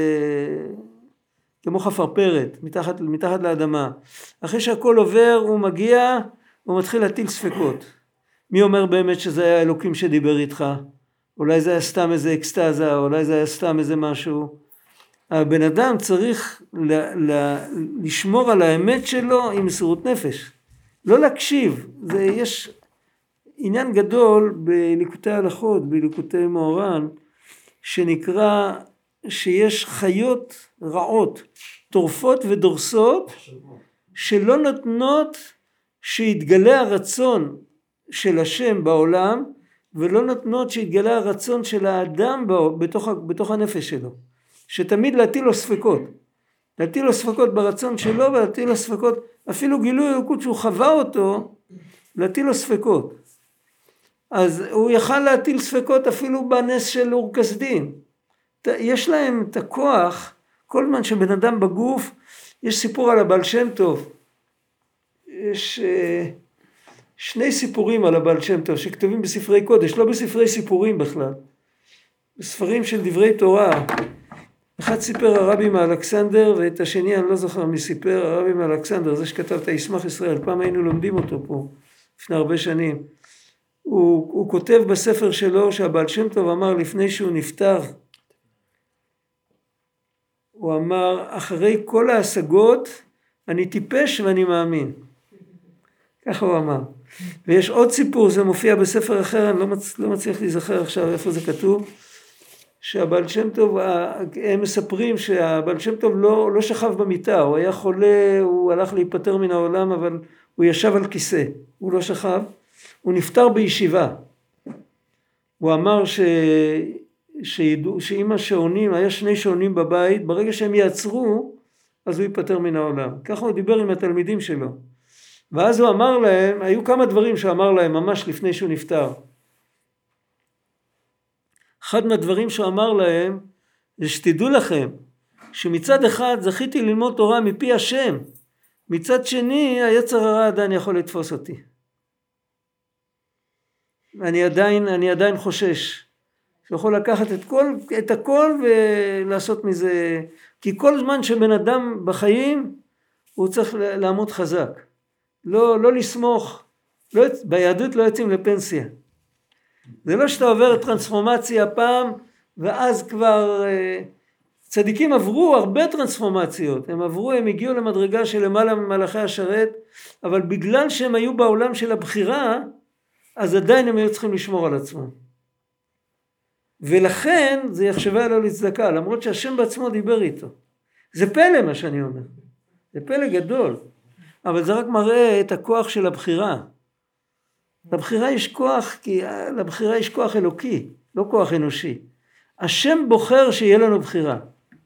כמו חפרפרת, מתחת, מתחת לאדמה. אחרי שהכל עובר, הוא מגיע, הוא מתחיל להטיל ספקות. מי אומר באמת שזה היה אלוקים שדיבר איתך? אולי זה היה סתם איזה אקסטזה, אולי זה היה סתם איזה משהו. הבן אדם צריך ל- ל- לשמור על האמת שלו עם מסירות נפש. לא להקשיב. זה, יש עניין גדול בליקוטי הלכות, בליקוטי מאורן, שנקרא שיש חיות רעות, טורפות ודורסות, שלא נותנות שיתגלה הרצון של השם בעולם, ולא נותנות שיתגלה הרצון של האדם בתוך, בתוך הנפש שלו. שתמיד להטיל לו ספקות. להטיל לו ספקות ברצון שלו, ולהטיל לו ספקות, אפילו גילוי אלוקות שהוא חווה אותו, להטיל לו ספקות. אז הוא יכל להטיל ספקות אפילו בנס של אור כסדים. יש להם את הכוח, כל זמן שבן אדם בגוף, יש סיפור על הבעל שם טוב. יש שני סיפורים על הבעל שם טוב שכתובים בספרי קודש, לא בספרי סיפורים בכלל. בספרים של דברי תורה. אחד סיפר הרבי מאלכסנדר, ואת השני אני לא זוכר מי סיפר, הרבי מאלכסנדר, זה שכתב את הישמח ישראל, פעם היינו לומדים אותו פה, לפני הרבה שנים. הוא, הוא כותב בספר שלו שהבעל שם טוב אמר לפני שהוא נפטר, הוא אמר, אחרי כל ההשגות, אני טיפש ואני מאמין. ככה הוא אמר. ויש עוד סיפור, זה מופיע בספר אחר, אני לא, מצ, לא מצליח להיזכר עכשיו איפה זה כתוב, שהבעל שם טוב, הם מספרים שהבעל שם טוב לא, לא שכב במיטה, הוא היה חולה, הוא הלך להיפטר מן העולם, אבל הוא ישב על כיסא, הוא לא שכב, הוא נפטר בישיבה. הוא אמר ש... שידעו, שאם השעונים, היה שני שעונים בבית, ברגע שהם יעצרו, אז הוא ייפטר מן העולם. ככה הוא דיבר עם התלמידים שלו. ואז הוא אמר להם, היו כמה דברים שהוא אמר להם ממש לפני שהוא נפטר. אחד מהדברים שהוא אמר להם, זה שתדעו לכם, שמצד אחד זכיתי ללמוד תורה מפי השם, מצד שני היצר הרע עדיין יכול לתפוס אותי. אני עדיין, אני עדיין חושש. שיכול לקחת את, כל, את הכל ולעשות מזה, כי כל זמן שבן אדם בחיים, הוא צריך לעמוד חזק. לא, לא לסמוך, לא, ביהדות לא יוצאים לפנסיה. זה לא שאתה עובר טרנספורמציה פעם, ואז כבר, צדיקים עברו הרבה טרנספורמציות, הם עברו, הם הגיעו למדרגה של למעלה ממלאכי השרת, אבל בגלל שהם היו בעולם של הבחירה, אז עדיין הם היו צריכים לשמור על עצמם. ולכן זה יחשבה לו לצדקה, למרות שהשם בעצמו דיבר איתו. זה פלא מה שאני אומר. זה פלא גדול. אבל זה רק מראה את הכוח של הבחירה. לבחירה יש כוח, כי לבחירה יש כוח אלוקי, לא כוח אנושי. השם בוחר שיהיה לנו בחירה.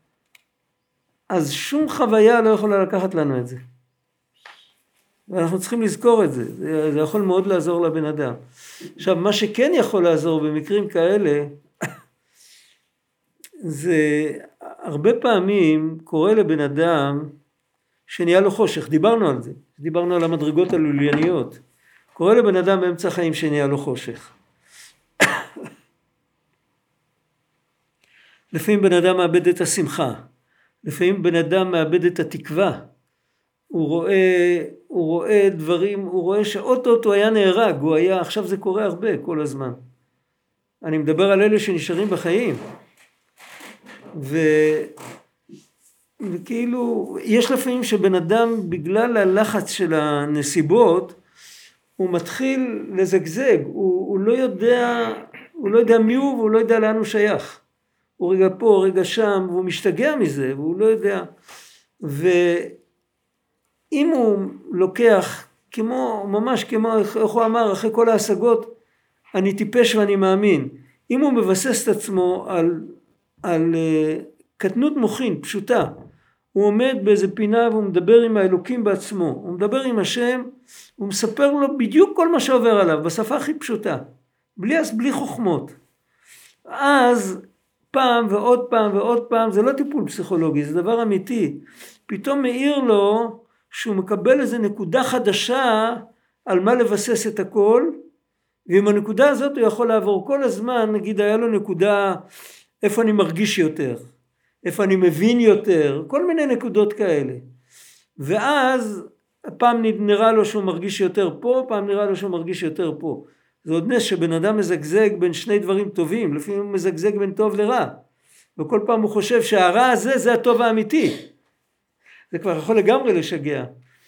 אז שום חוויה לא יכולה לקחת לנו את זה. ואנחנו צריכים לזכור את זה. זה, זה יכול מאוד לעזור לבן אדם. עכשיו, מה שכן יכול לעזור במקרים כאלה, זה הרבה פעמים קורה לבן אדם שנהיה לו חושך, דיברנו על זה, דיברנו על המדרגות הלולייניות, קורה לבן אדם באמצע החיים שנהיה לו חושך. לפעמים בן אדם מאבד את השמחה, לפעמים בן אדם מאבד את התקווה, הוא רואה, הוא רואה דברים, הוא רואה שאוטוטו היה נהרג, הוא היה, עכשיו זה קורה הרבה כל הזמן. אני מדבר על אלה שנשארים בחיים. ו... וכאילו, יש לפעמים שבן אדם בגלל הלחץ של הנסיבות, הוא מתחיל לזגזג, הוא, הוא לא יודע, הוא לא יודע מי הוא והוא לא יודע לאן הוא שייך. הוא רגע פה, רגע שם, והוא משתגע מזה, והוא לא יודע. ואם הוא לוקח, כמו, ממש כמו, איך הוא אמר, אחרי כל ההשגות, אני טיפש ואני מאמין. אם הוא מבסס את עצמו על, על uh, קטנות מוחין, פשוטה, הוא עומד באיזה פינה והוא מדבר עם האלוקים בעצמו, הוא מדבר עם השם, הוא מספר לו בדיוק כל מה שעובר עליו, בשפה הכי פשוטה, בלי, בלי חוכמות. אז פעם ועוד פעם ועוד פעם, זה לא טיפול פסיכולוגי, זה דבר אמיתי. פתאום מאיר לו שהוא מקבל איזו נקודה חדשה על מה לבסס את הכל, ועם הנקודה הזאת הוא יכול לעבור כל הזמן, נגיד היה לו נקודה איפה אני מרגיש יותר, איפה אני מבין יותר, כל מיני נקודות כאלה. ואז פעם נראה לו שהוא מרגיש יותר פה, פעם נראה לו שהוא מרגיש יותר פה. זה עוד נס שבן אדם מזגזג בין שני דברים טובים, לפעמים הוא מזגזג בין טוב לרע. וכל פעם הוא חושב שהרע הזה זה הטוב האמיתי. זה כבר יכול לגמרי לשגע.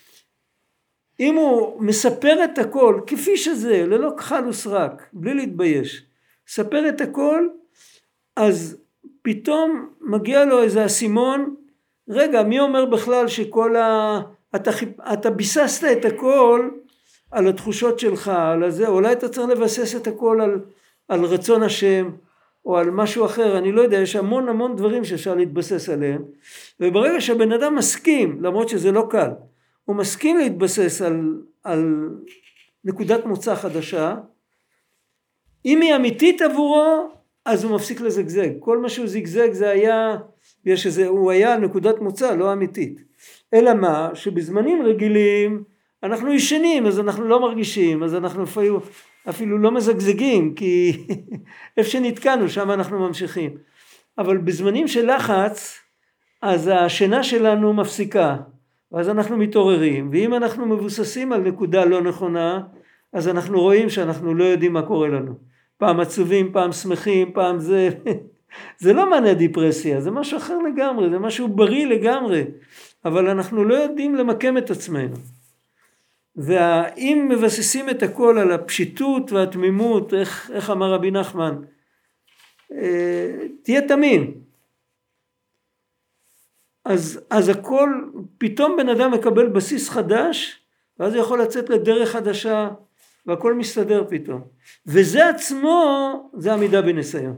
אם הוא מספר את הכל כפי שזה, ללא כחל וסרק, בלי להתבייש, ספר את הכל, אז פתאום מגיע לו איזה אסימון, רגע, מי אומר בכלל שכל ה... אתה, אתה ביססת את הכל על התחושות שלך, על הזה, אולי אתה צריך לבסס את הכל על, על רצון השם, או על משהו אחר, אני לא יודע, יש המון המון דברים שאפשר להתבסס עליהם, וברגע שהבן אדם מסכים, למרות שזה לא קל, הוא מסכים להתבסס על, על נקודת מוצא חדשה, אם היא אמיתית עבורו, אז הוא מפסיק לזגזג. כל מה שהוא זגזג זה היה, יש איזה, הוא היה נקודת מוצא, לא אמיתית. אלא מה? שבזמנים רגילים, אנחנו ישנים, אז אנחנו לא מרגישים, אז אנחנו אפילו, אפילו לא מזגזגים, כי איפה שנתקענו, שם אנחנו ממשיכים. אבל בזמנים של לחץ, אז השינה שלנו מפסיקה, ואז אנחנו מתעוררים, ואם אנחנו מבוססים על נקודה לא נכונה, אז אנחנו רואים שאנחנו לא יודעים מה קורה לנו. פעם עצובים, פעם שמחים, פעם זה, זה לא מניה דיפרסיה, זה משהו אחר לגמרי, זה משהו בריא לגמרי, אבל אנחנו לא יודעים למקם את עצמנו. ואם מבססים את הכל על הפשיטות והתמימות, איך, איך אמר רבי נחמן, תהיה תמים. אז, אז הכל, פתאום בן אדם מקבל בסיס חדש, ואז הוא יכול לצאת לדרך חדשה, והכל מסתדר פתאום. וזה עצמו, זה עמידה בניסיון.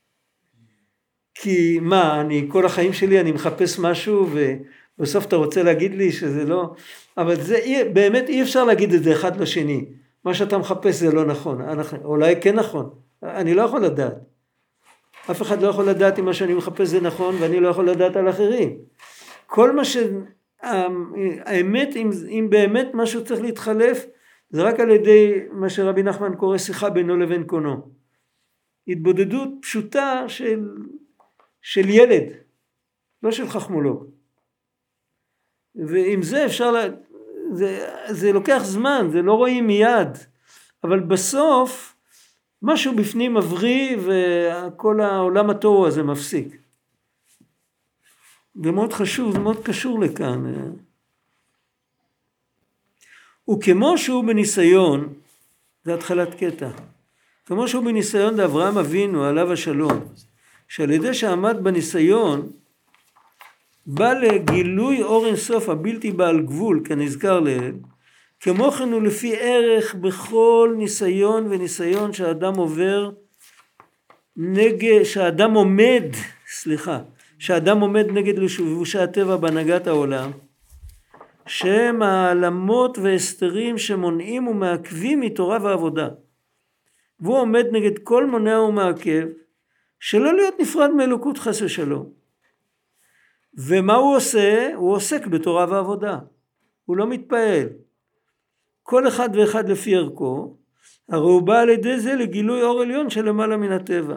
כי מה, אני כל החיים שלי אני מחפש משהו, ובסוף אתה רוצה להגיד לי שזה לא, אבל זה באמת אי אפשר להגיד את זה אחד לשני. מה שאתה מחפש זה לא נכון, אולי כן נכון, אני לא יכול לדעת. אף אחד לא יכול לדעת אם מה שאני מחפש זה נכון, ואני לא יכול לדעת על אחרים. כל מה ש... האמת, אם, אם באמת משהו צריך להתחלף, זה רק על ידי מה שרבי נחמן קורא שיחה בינו לבין קונו. התבודדות פשוטה של, של ילד, לא של חכמולוג. ועם זה אפשר, לה... זה, זה לוקח זמן, זה לא רואים מיד, אבל בסוף משהו בפנים מבריא וכל העולם התוהו הזה מפסיק. זה מאוד חשוב, זה מאוד קשור לכאן. וכמו שהוא בניסיון, זה התחלת קטע, כמו שהוא בניסיון לאברהם אבינו עליו השלום, שעל ידי שעמד בניסיון, בא לגילוי אור אינסוף הבלתי בעל גבול, כנזכר לאל, כמו כן הוא לפי ערך בכל ניסיון וניסיון שהאדם עובר, נגד, שהאדם עומד, סליחה, שהאדם עומד נגד לבושי הטבע בהנהגת העולם, שהם העלמות והסתרים שמונעים ומעכבים מתורה ועבודה. והוא עומד נגד כל מונע ומעכב, שלא להיות נפרד מאלוקות חס ושלום. ומה הוא עושה? הוא עוסק בתורה ועבודה. הוא לא מתפעל. כל אחד ואחד לפי ערכו, הרי הוא בא על ידי זה לגילוי אור עליון שלמעלה מן הטבע.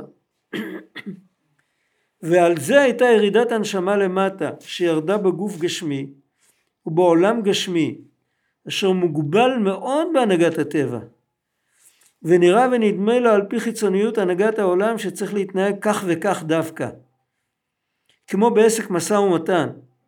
ועל זה הייתה ירידת הנשמה למטה, שירדה בגוף גשמי, ובעולם גשמי, אשר מוגבל מאוד בהנהגת הטבע. ונראה ונדמה לו על פי חיצוניות הנהגת העולם שצריך להתנהג כך וכך דווקא. כמו בעסק משא ומתן,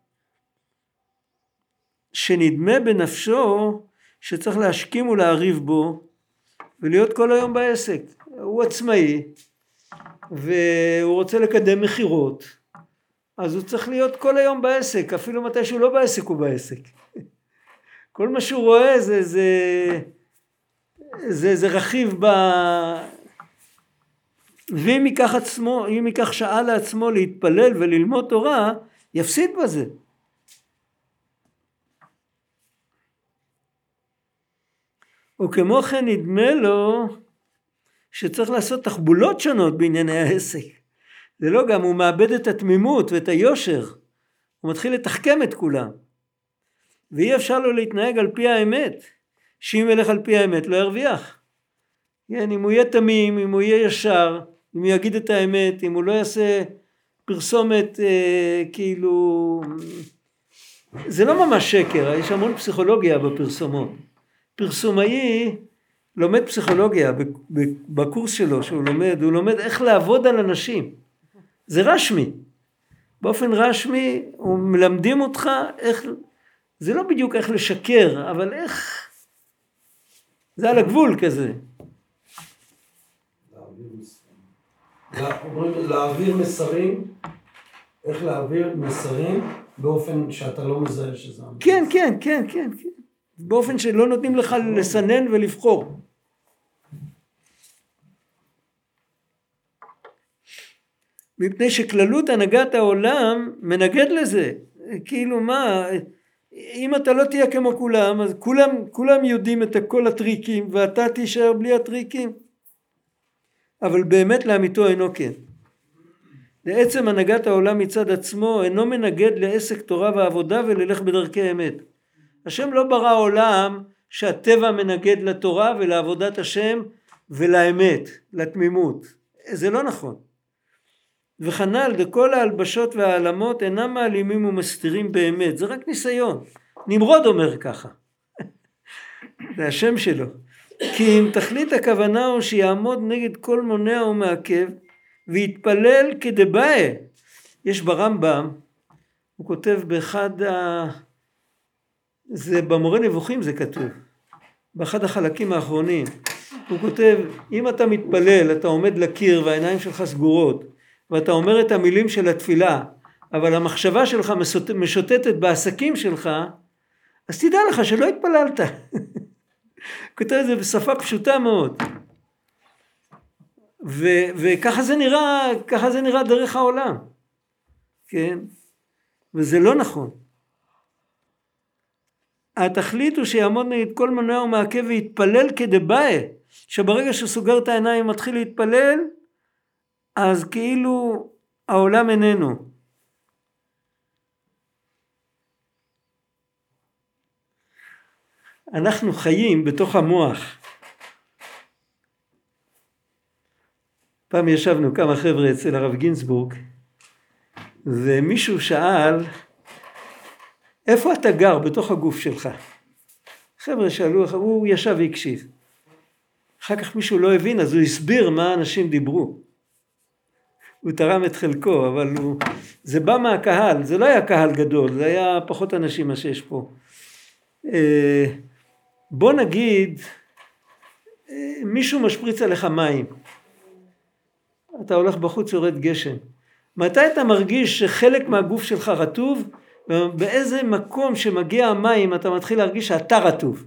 שנדמה בנפשו שצריך להשכים ולהריב בו, ולהיות כל היום בעסק. הוא עצמאי, והוא רוצה לקדם מחירות, אז הוא צריך להיות כל היום בעסק, אפילו מתי שהוא לא בעסק הוא בעסק. כל מה שהוא רואה זה, זה, זה, זה רכיב ב... ואם ייקח עצמו, אם ייקח שעה לעצמו להתפלל וללמוד תורה, יפסיד בזה. וכמו כן נדמה לו שצריך לעשות תחבולות שונות בענייני העסק. זה לא גם, הוא מאבד את התמימות ואת היושר. הוא מתחיל לתחכם את כולם. ואי אפשר לו להתנהג על פי האמת. שאם ילך על פי האמת לא ירוויח. כן, אם הוא יהיה תמים, אם הוא יהיה ישר, אם הוא יגיד את האמת, אם הוא לא יעשה פרסומת אה, כאילו... זה לא ממש שקר, יש המון פסיכולוגיה בפרסומות. פרסומאי לומד פסיכולוגיה בקורס שלו שהוא לומד, הוא לומד איך לעבוד על אנשים. זה רשמי. באופן רשמי הוא מלמדים אותך איך, זה לא בדיוק איך לשקר, אבל איך, זה על הגבול כזה. אומרים להעביר מסרים, איך להעביר מסרים באופן שאתה לא מזהה שזה... כן, כן, כן, כן, כן. באופן שלא נותנים לך לסנן ולבחור. מפני שכללות הנהגת העולם מנגד לזה. כאילו מה, אם אתה לא תהיה כמו כולם, אז כולם, כולם יודעים את כל הטריקים, ואתה תישאר בלי הטריקים. אבל באמת לאמיתו אינו כן. לעצם הנהגת העולם מצד עצמו אינו מנגד לעסק תורה ועבודה וללך בדרכי אמת. השם לא ברא עולם שהטבע מנגד לתורה ולעבודת השם ולאמת, לתמימות. זה לא נכון. וכנ"ל דכל ההלבשות והעלמות אינם מעלימים ומסתירים באמת, זה רק ניסיון. נמרוד אומר ככה. זה השם שלו. כי אם תכלית הכוונה הוא שיעמוד נגד כל מונע ומעכב ויתפלל כדבעי. יש ברמב"ם, הוא כותב באחד ה... זה במורה נבוכים זה כתוב, באחד החלקים האחרונים, הוא כותב, אם אתה מתפלל, אתה עומד לקיר והעיניים שלך סגורות, ואתה אומר את המילים של התפילה, אבל המחשבה שלך משוטטת בעסקים שלך, אז תדע לך שלא התפללת. כותב את זה בשפה פשוטה מאוד. ו- וככה זה נראה, ככה זה נראה דרך העולם. כן? וזה לא נכון. התכלית הוא שיעמוד נגד כל מונע ומעכב ויתפלל כדבעי, שברגע שסוגר את העיניים מתחיל להתפלל, אז כאילו העולם איננו. אנחנו חיים בתוך המוח. פעם ישבנו כמה חבר'ה אצל הרב גינסבורג, ומישהו שאל, איפה אתה גר בתוך הגוף שלך? חבר'ה שאלו, הוא ישב והקשיב. אחר כך מישהו לא הבין, אז הוא הסביר מה אנשים דיברו. הוא תרם את חלקו, אבל הוא, זה בא מהקהל, זה לא היה קהל גדול, זה היה פחות אנשים מה שיש פה. בוא נגיד, מישהו משפריץ עליך מים. אתה הולך בחוץ יורד גשם. מתי אתה מרגיש שחלק מהגוף שלך רטוב, ובאיזה מקום שמגיע המים אתה מתחיל להרגיש שאתה רטוב?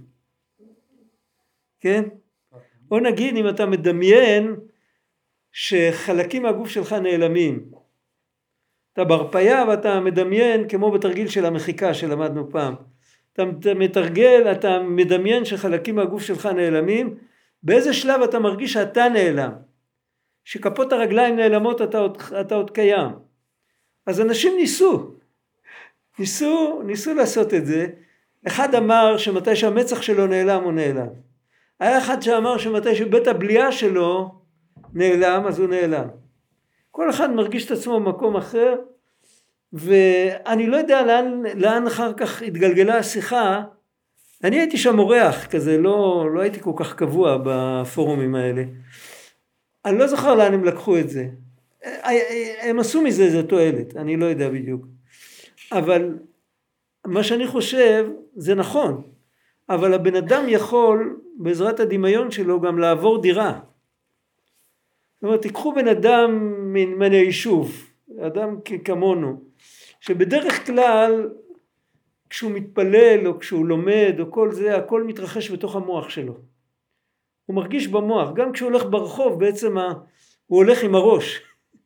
כן? או נגיד אם אתה מדמיין שחלקים מהגוף שלך נעלמים. אתה ברפיה ואתה מדמיין כמו בתרגיל של המחיקה שלמדנו פעם. אתה מתרגל, אתה מדמיין שחלקים מהגוף שלך נעלמים, באיזה שלב אתה מרגיש שאתה נעלם, שכפות הרגליים נעלמות, אתה עוד, אתה עוד קיים. אז אנשים ניסו, ניסו, ניסו לעשות את זה. אחד אמר שמתי שהמצח שלו נעלם הוא נעלם. היה אחד שאמר שמתי שבית הבליעה שלו נעלם אז הוא נעלם. כל אחד מרגיש את עצמו במקום אחר, ואני לא יודע לאן, לאן אחר כך התגלגלה השיחה. אני הייתי שם אורח כזה, לא, לא הייתי כל כך קבוע בפורומים האלה. אני לא זוכר לאן הם לקחו את זה. הם עשו מזה איזה תועלת, אני לא יודע בדיוק. אבל מה שאני חושב זה נכון, אבל הבן אדם יכול בעזרת הדמיון שלו גם לעבור דירה. זאת אומרת, תיקחו בן אדם מן היישוב, אדם כמונו, שבדרך כלל כשהוא מתפלל או כשהוא לומד או כל זה, הכל מתרחש בתוך המוח שלו. הוא מרגיש במוח, גם כשהוא הולך ברחוב בעצם הוא הולך עם הראש.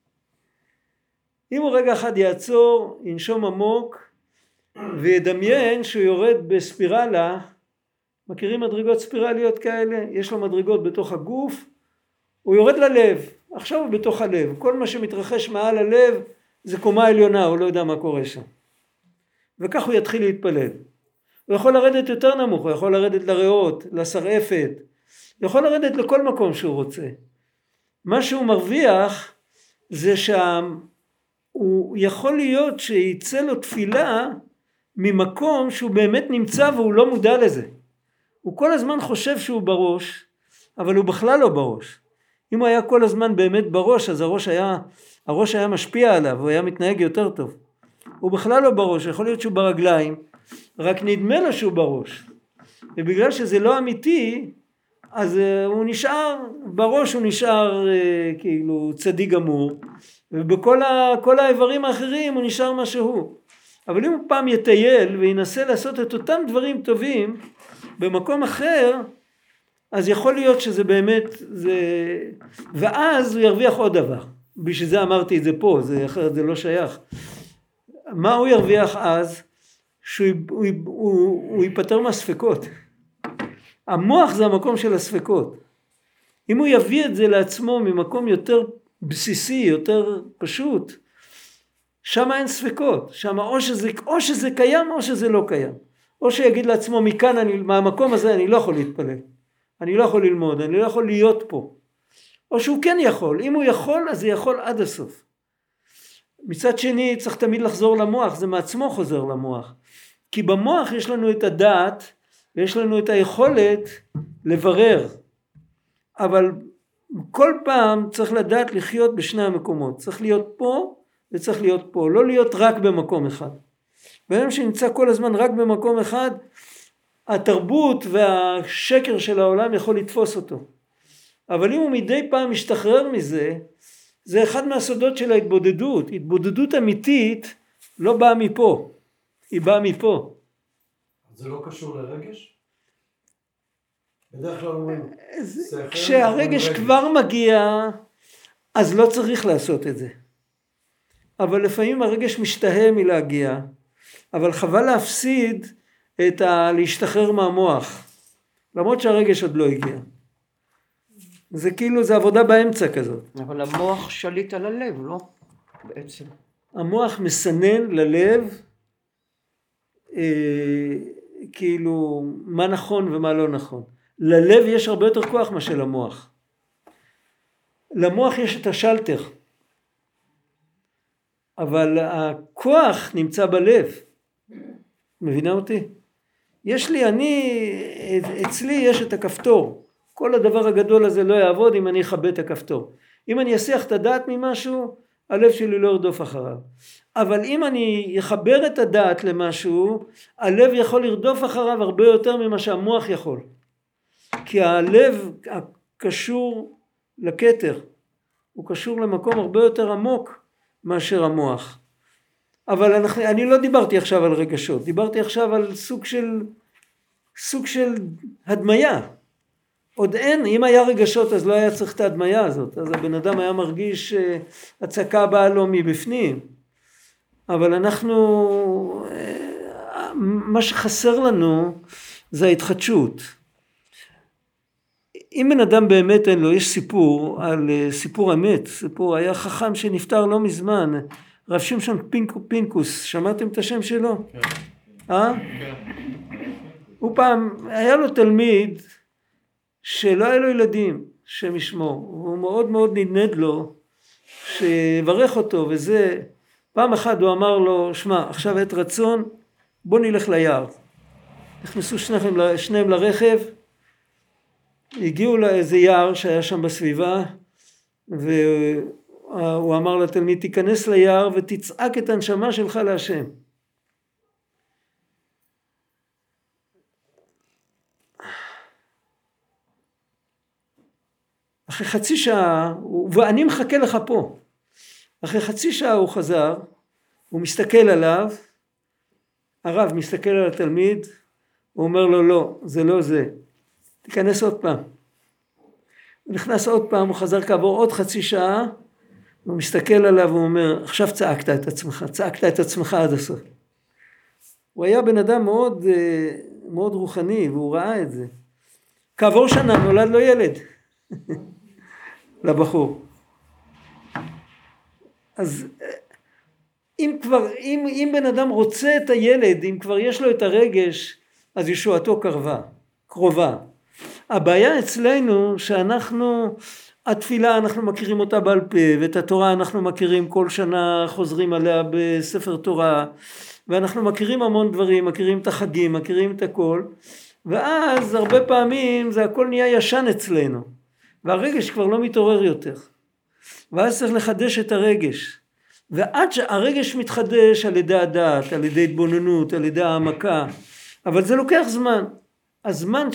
אם הוא רגע אחד יעצור, ינשום עמוק וידמיין שהוא יורד בספירלה, מכירים מדרגות ספירליות כאלה? יש לו מדרגות בתוך הגוף, הוא יורד ללב, עכשיו הוא בתוך הלב, כל מה שמתרחש מעל הלב זה קומה עליונה, הוא לא יודע מה קורה שם. וכך הוא יתחיל להתפלל. הוא יכול לרדת יותר נמוך, הוא יכול לרדת לריאות, לשרעפת, הוא יכול לרדת לכל מקום שהוא רוצה. מה שהוא מרוויח זה שהוא יכול להיות שיצא לו תפילה ממקום שהוא באמת נמצא והוא לא מודע לזה. הוא כל הזמן חושב שהוא בראש, אבל הוא בכלל לא בראש. אם הוא היה כל הזמן באמת בראש, אז הראש היה, הראש היה משפיע עליו, הוא היה מתנהג יותר טוב. הוא בכלל לא בראש, יכול להיות שהוא ברגליים, רק נדמה לו שהוא בראש. ובגלל שזה לא אמיתי, אז הוא נשאר, בראש הוא נשאר כאילו צדיק גמור, ובכל ה, כל האיברים האחרים הוא נשאר מה שהוא. אבל אם הוא פעם יטייל וינסה לעשות את אותם דברים טובים במקום אחר, אז יכול להיות שזה באמת, זה... ואז הוא ירוויח עוד דבר. בשביל זה אמרתי את זה פה, זה, אחרת זה לא שייך. מה הוא ירוויח אז? שהוא הוא, הוא, הוא ייפטר מהספקות. המוח זה המקום של הספקות. אם הוא יביא את זה לעצמו ממקום יותר בסיסי, יותר פשוט, שם אין ספקות. שם או שזה, או שזה קיים או שזה לא קיים. או שיגיד לעצמו מכאן, אני, מהמקום הזה אני לא יכול להתפלל. אני לא יכול ללמוד, אני לא יכול להיות פה. או שהוא כן יכול. אם הוא יכול, אז זה יכול עד הסוף. מצד שני, צריך תמיד לחזור למוח, זה מעצמו חוזר למוח. כי במוח יש לנו את הדעת, ויש לנו את היכולת לברר. אבל כל פעם צריך לדעת לחיות בשני המקומות. צריך להיות פה, וצריך להיות פה. לא להיות רק במקום אחד. והיום שנמצא כל הזמן רק במקום אחד, התרבות והשקר של העולם יכול לתפוס אותו. אבל אם הוא מדי פעם משתחרר מזה, זה אחד מהסודות של ההתבודדות. התבודדות אמיתית לא באה מפה, היא באה מפה. זה לא קשור לרגש? בדרך כלל אומרים, כשהרגש כבר מגיע, אז לא צריך לעשות את זה. אבל לפעמים הרגש משתהה מלהגיע, אבל חבל להפסיד את ה... להשתחרר מהמוח, למרות שהרגש עוד לא הגיע. זה כאילו, זה עבודה באמצע כזאת. אבל המוח שליט על הלב, לא? בעצם. המוח מסנן ללב, אה, כאילו, מה נכון ומה לא נכון. ללב יש הרבה יותר כוח מה של המוח. למוח יש את השלטר. אבל הכוח נמצא בלב. מבינה אותי? יש לי, אני, אצלי יש את הכפתור. כל הדבר הגדול הזה לא יעבוד אם אני אכבה את הכפתור. אם אני אסיח את הדעת ממשהו, הלב שלי לא ירדוף אחריו. אבל אם אני אחבר את הדעת למשהו, הלב יכול לרדוף אחריו הרבה יותר ממה שהמוח יכול. כי הלב קשור לכתר. הוא קשור למקום הרבה יותר עמוק מאשר המוח. אבל אנחנו, אני לא דיברתי עכשיו על רגשות, דיברתי עכשיו על סוג של, סוג של הדמיה. עוד אין, אם היה רגשות אז לא היה צריך את ההדמיה הזאת, אז הבן אדם היה מרגיש הצקה באה לו מבפנים. אבל אנחנו, מה שחסר לנו זה ההתחדשות. אם בן אדם באמת אין לו, יש סיפור על סיפור אמת, סיפור, היה חכם שנפטר לא מזמן, רב שמשון פינק, פינקוס, שמעתם את השם שלו? כן. אה? כן. הוא פעם, היה לו תלמיד שלא היה לו ילדים, שם ישמו, הוא מאוד מאוד נדנד לו, שברך אותו וזה, פעם אחת הוא אמר לו, שמע, עכשיו עת רצון, בוא נלך ליער. נכנסו שניהם, שניהם לרכב, הגיעו לאיזה יער שהיה שם בסביבה, והוא אמר לתלמיד, תיכנס ליער ותצעק את הנשמה שלך להשם. אחרי חצי שעה, ואני מחכה לך פה, אחרי חצי שעה הוא חזר, הוא מסתכל עליו, הרב מסתכל על התלמיד, הוא אומר לו, לא, זה לא זה, תיכנס עוד פעם. הוא נכנס עוד פעם, הוא חזר כעבור עוד חצי שעה, הוא מסתכל עליו, הוא אומר, עכשיו צעקת את עצמך, צעקת את עצמך עד הסוף. הוא היה בן אדם מאוד, מאוד רוחני, והוא ראה את זה. כעבור שנה נולד לו ילד, לבחור. אז אם כבר, אם, אם בן אדם רוצה את הילד, אם כבר יש לו את הרגש, אז ישועתו קרבה, קרובה. הבעיה אצלנו שאנחנו, התפילה אנחנו מכירים אותה בעל פה, ואת התורה אנחנו מכירים כל שנה, חוזרים עליה בספר תורה, ואנחנו מכירים המון דברים, מכירים את החגים, מכירים את הכל, ואז הרבה פעמים זה הכל נהיה ישן אצלנו, והרגש כבר לא מתעורר יותר. ואז צריך לחדש את הרגש. ועד שהרגש מתחדש על ידי הדעת, על ידי התבוננות, על ידי העמקה, אבל זה לוקח זמן. הזמן,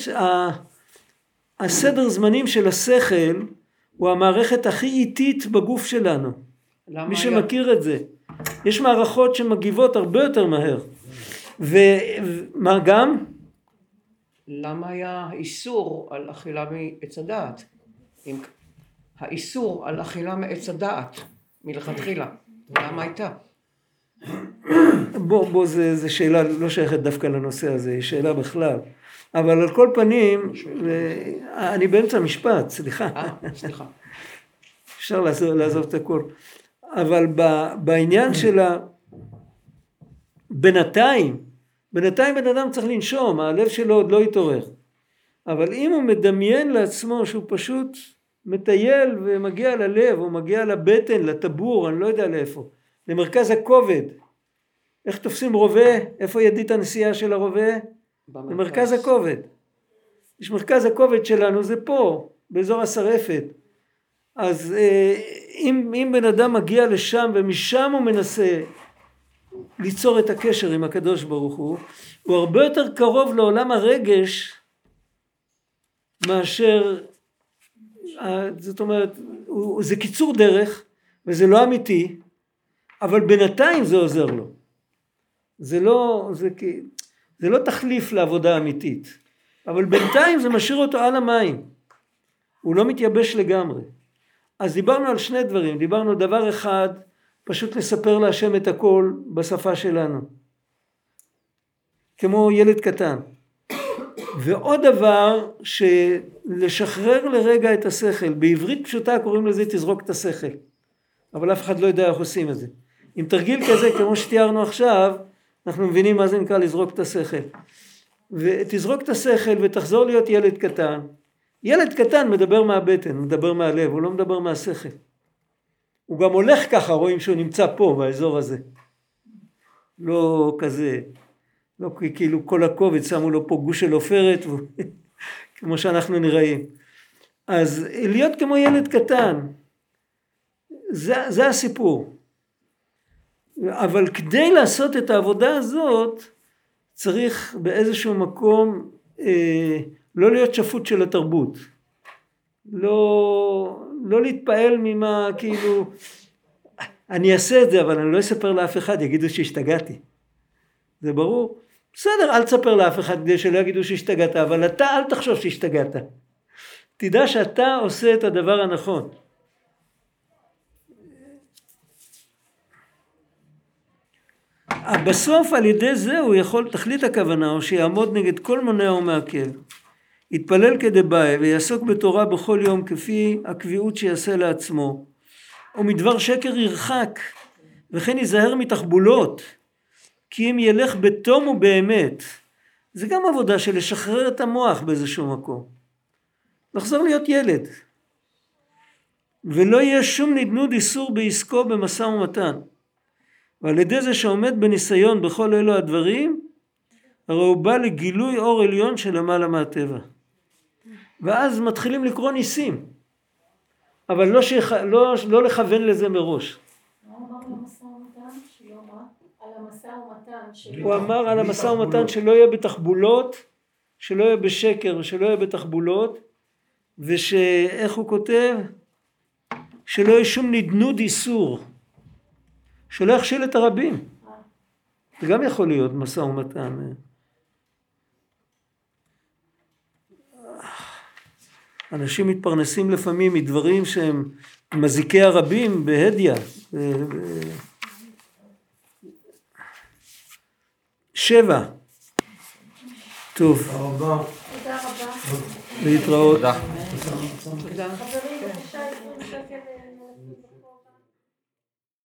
הסדר זמנים של השכל הוא המערכת הכי איטית בגוף שלנו. מי שמכיר את זה. יש מערכות שמגיבות הרבה יותר מהר. ומה גם? למה היה איסור על אכילה מעץ הדעת? האיסור על אכילה מעץ הדעת מלכתחילה, למה הייתה? בוא, בוא, זה, זה שאלה לא שייכת דווקא לנושא הזה, היא שאלה בכלל. אבל על כל פנים, אני באמצע משפט, סליחה. אה, סליחה. אפשר לעזוב, לעזוב את הכל. אבל בעניין שלה, בינתיים, בינתיים בן אדם צריך לנשום, הלב שלו עוד לא יתעורר. אבל אם הוא מדמיין לעצמו שהוא פשוט מטייל ומגיע ללב, או מגיע לבטן, לטבור, אני לא יודע לאיפה, למרכז הכובד. איך תופסים רובה? איפה ידית הנסיעה של הרובה? במרכז. למרכז הכובד. יש מרכז הכובד שלנו, זה פה, באזור השרפת. אז אם, אם בן אדם מגיע לשם ומשם הוא מנסה ליצור את הקשר עם הקדוש ברוך הוא, הוא הרבה יותר קרוב לעולם הרגש מאשר, זאת אומרת, זה קיצור דרך וזה לא אמיתי, אבל בינתיים זה עוזר לו. זה לא, זה, זה לא תחליף לעבודה אמיתית, אבל בינתיים זה משאיר אותו על המים. הוא לא מתייבש לגמרי. אז דיברנו על שני דברים. דיברנו דבר אחד, פשוט לספר להשם את הכל בשפה שלנו. כמו ילד קטן. ועוד דבר, שלשחרר לרגע את השכל. בעברית פשוטה קוראים לזה תזרוק את השכל. אבל אף אחד לא יודע איך עושים את זה. עם תרגיל כזה, כמו שתיארנו עכשיו, אנחנו מבינים מה זה נקרא לזרוק את השכל. ותזרוק את השכל ותחזור להיות ילד קטן. ילד קטן מדבר מהבטן, מדבר מהלב, הוא לא מדבר מהשכל. הוא גם הולך ככה, רואים שהוא נמצא פה, באזור הזה. לא כזה, לא כאילו כל הכובד, שמו לו פה גוש של עופרת, כמו שאנחנו נראים. אז להיות כמו ילד קטן, זה, זה הסיפור. אבל כדי לעשות את העבודה הזאת, צריך באיזשהו מקום אה, לא להיות שפוט של התרבות. לא, לא להתפעל ממה, כאילו, אני אעשה את זה, אבל אני לא אספר לאף אחד, יגידו שהשתגעתי. זה ברור? בסדר, אל תספר לאף אחד כדי שלא יגידו שהשתגעת, אבל אתה אל תחשוב שהשתגעת. תדע שאתה עושה את הדבר הנכון. בסוף על ידי זה הוא יכול, תכלית הכוונה, או שיעמוד נגד כל מונע ומעכב. יתפלל כדבעי ויעסוק בתורה בכל יום כפי הקביעות שיעשה לעצמו, ומדבר שקר ירחק, וכן ייזהר מתחבולות, כי אם ילך בתום ובאמת, זה גם עבודה של לשחרר את המוח באיזשהו מקום, לחזור להיות ילד, ולא יהיה שום נדנוד איסור בעסקו במשא ומתן, ועל ידי זה שעומד בניסיון בכל אלו הדברים, הרי הוא בא לגילוי אור עליון שלמעלה מהטבע. ואז מתחילים לקרוא ניסים, אבל לא, שיח... לא, לא לכוון לזה מראש. הוא אמר על המשא ומתן שלא מה? על המשא ומתן שלא... הוא אמר על המשא ומתן שלא יהיה בתחבולות, שלא יהיה בשקר, שלא יהיה בתחבולות, ושאיך הוא כותב? שלא יהיה שום נדנוד איסור, שלא יכשיל את הרבים. זה גם יכול להיות משא ומתן. אנשים מתפרנסים לפעמים מדברים שהם מזיקי הרבים בהדיה. שבע. טוב. תודה רבה. תודה רבה. להתראות. תודה. תודה. חברים, בבקשה, עשרים שקל.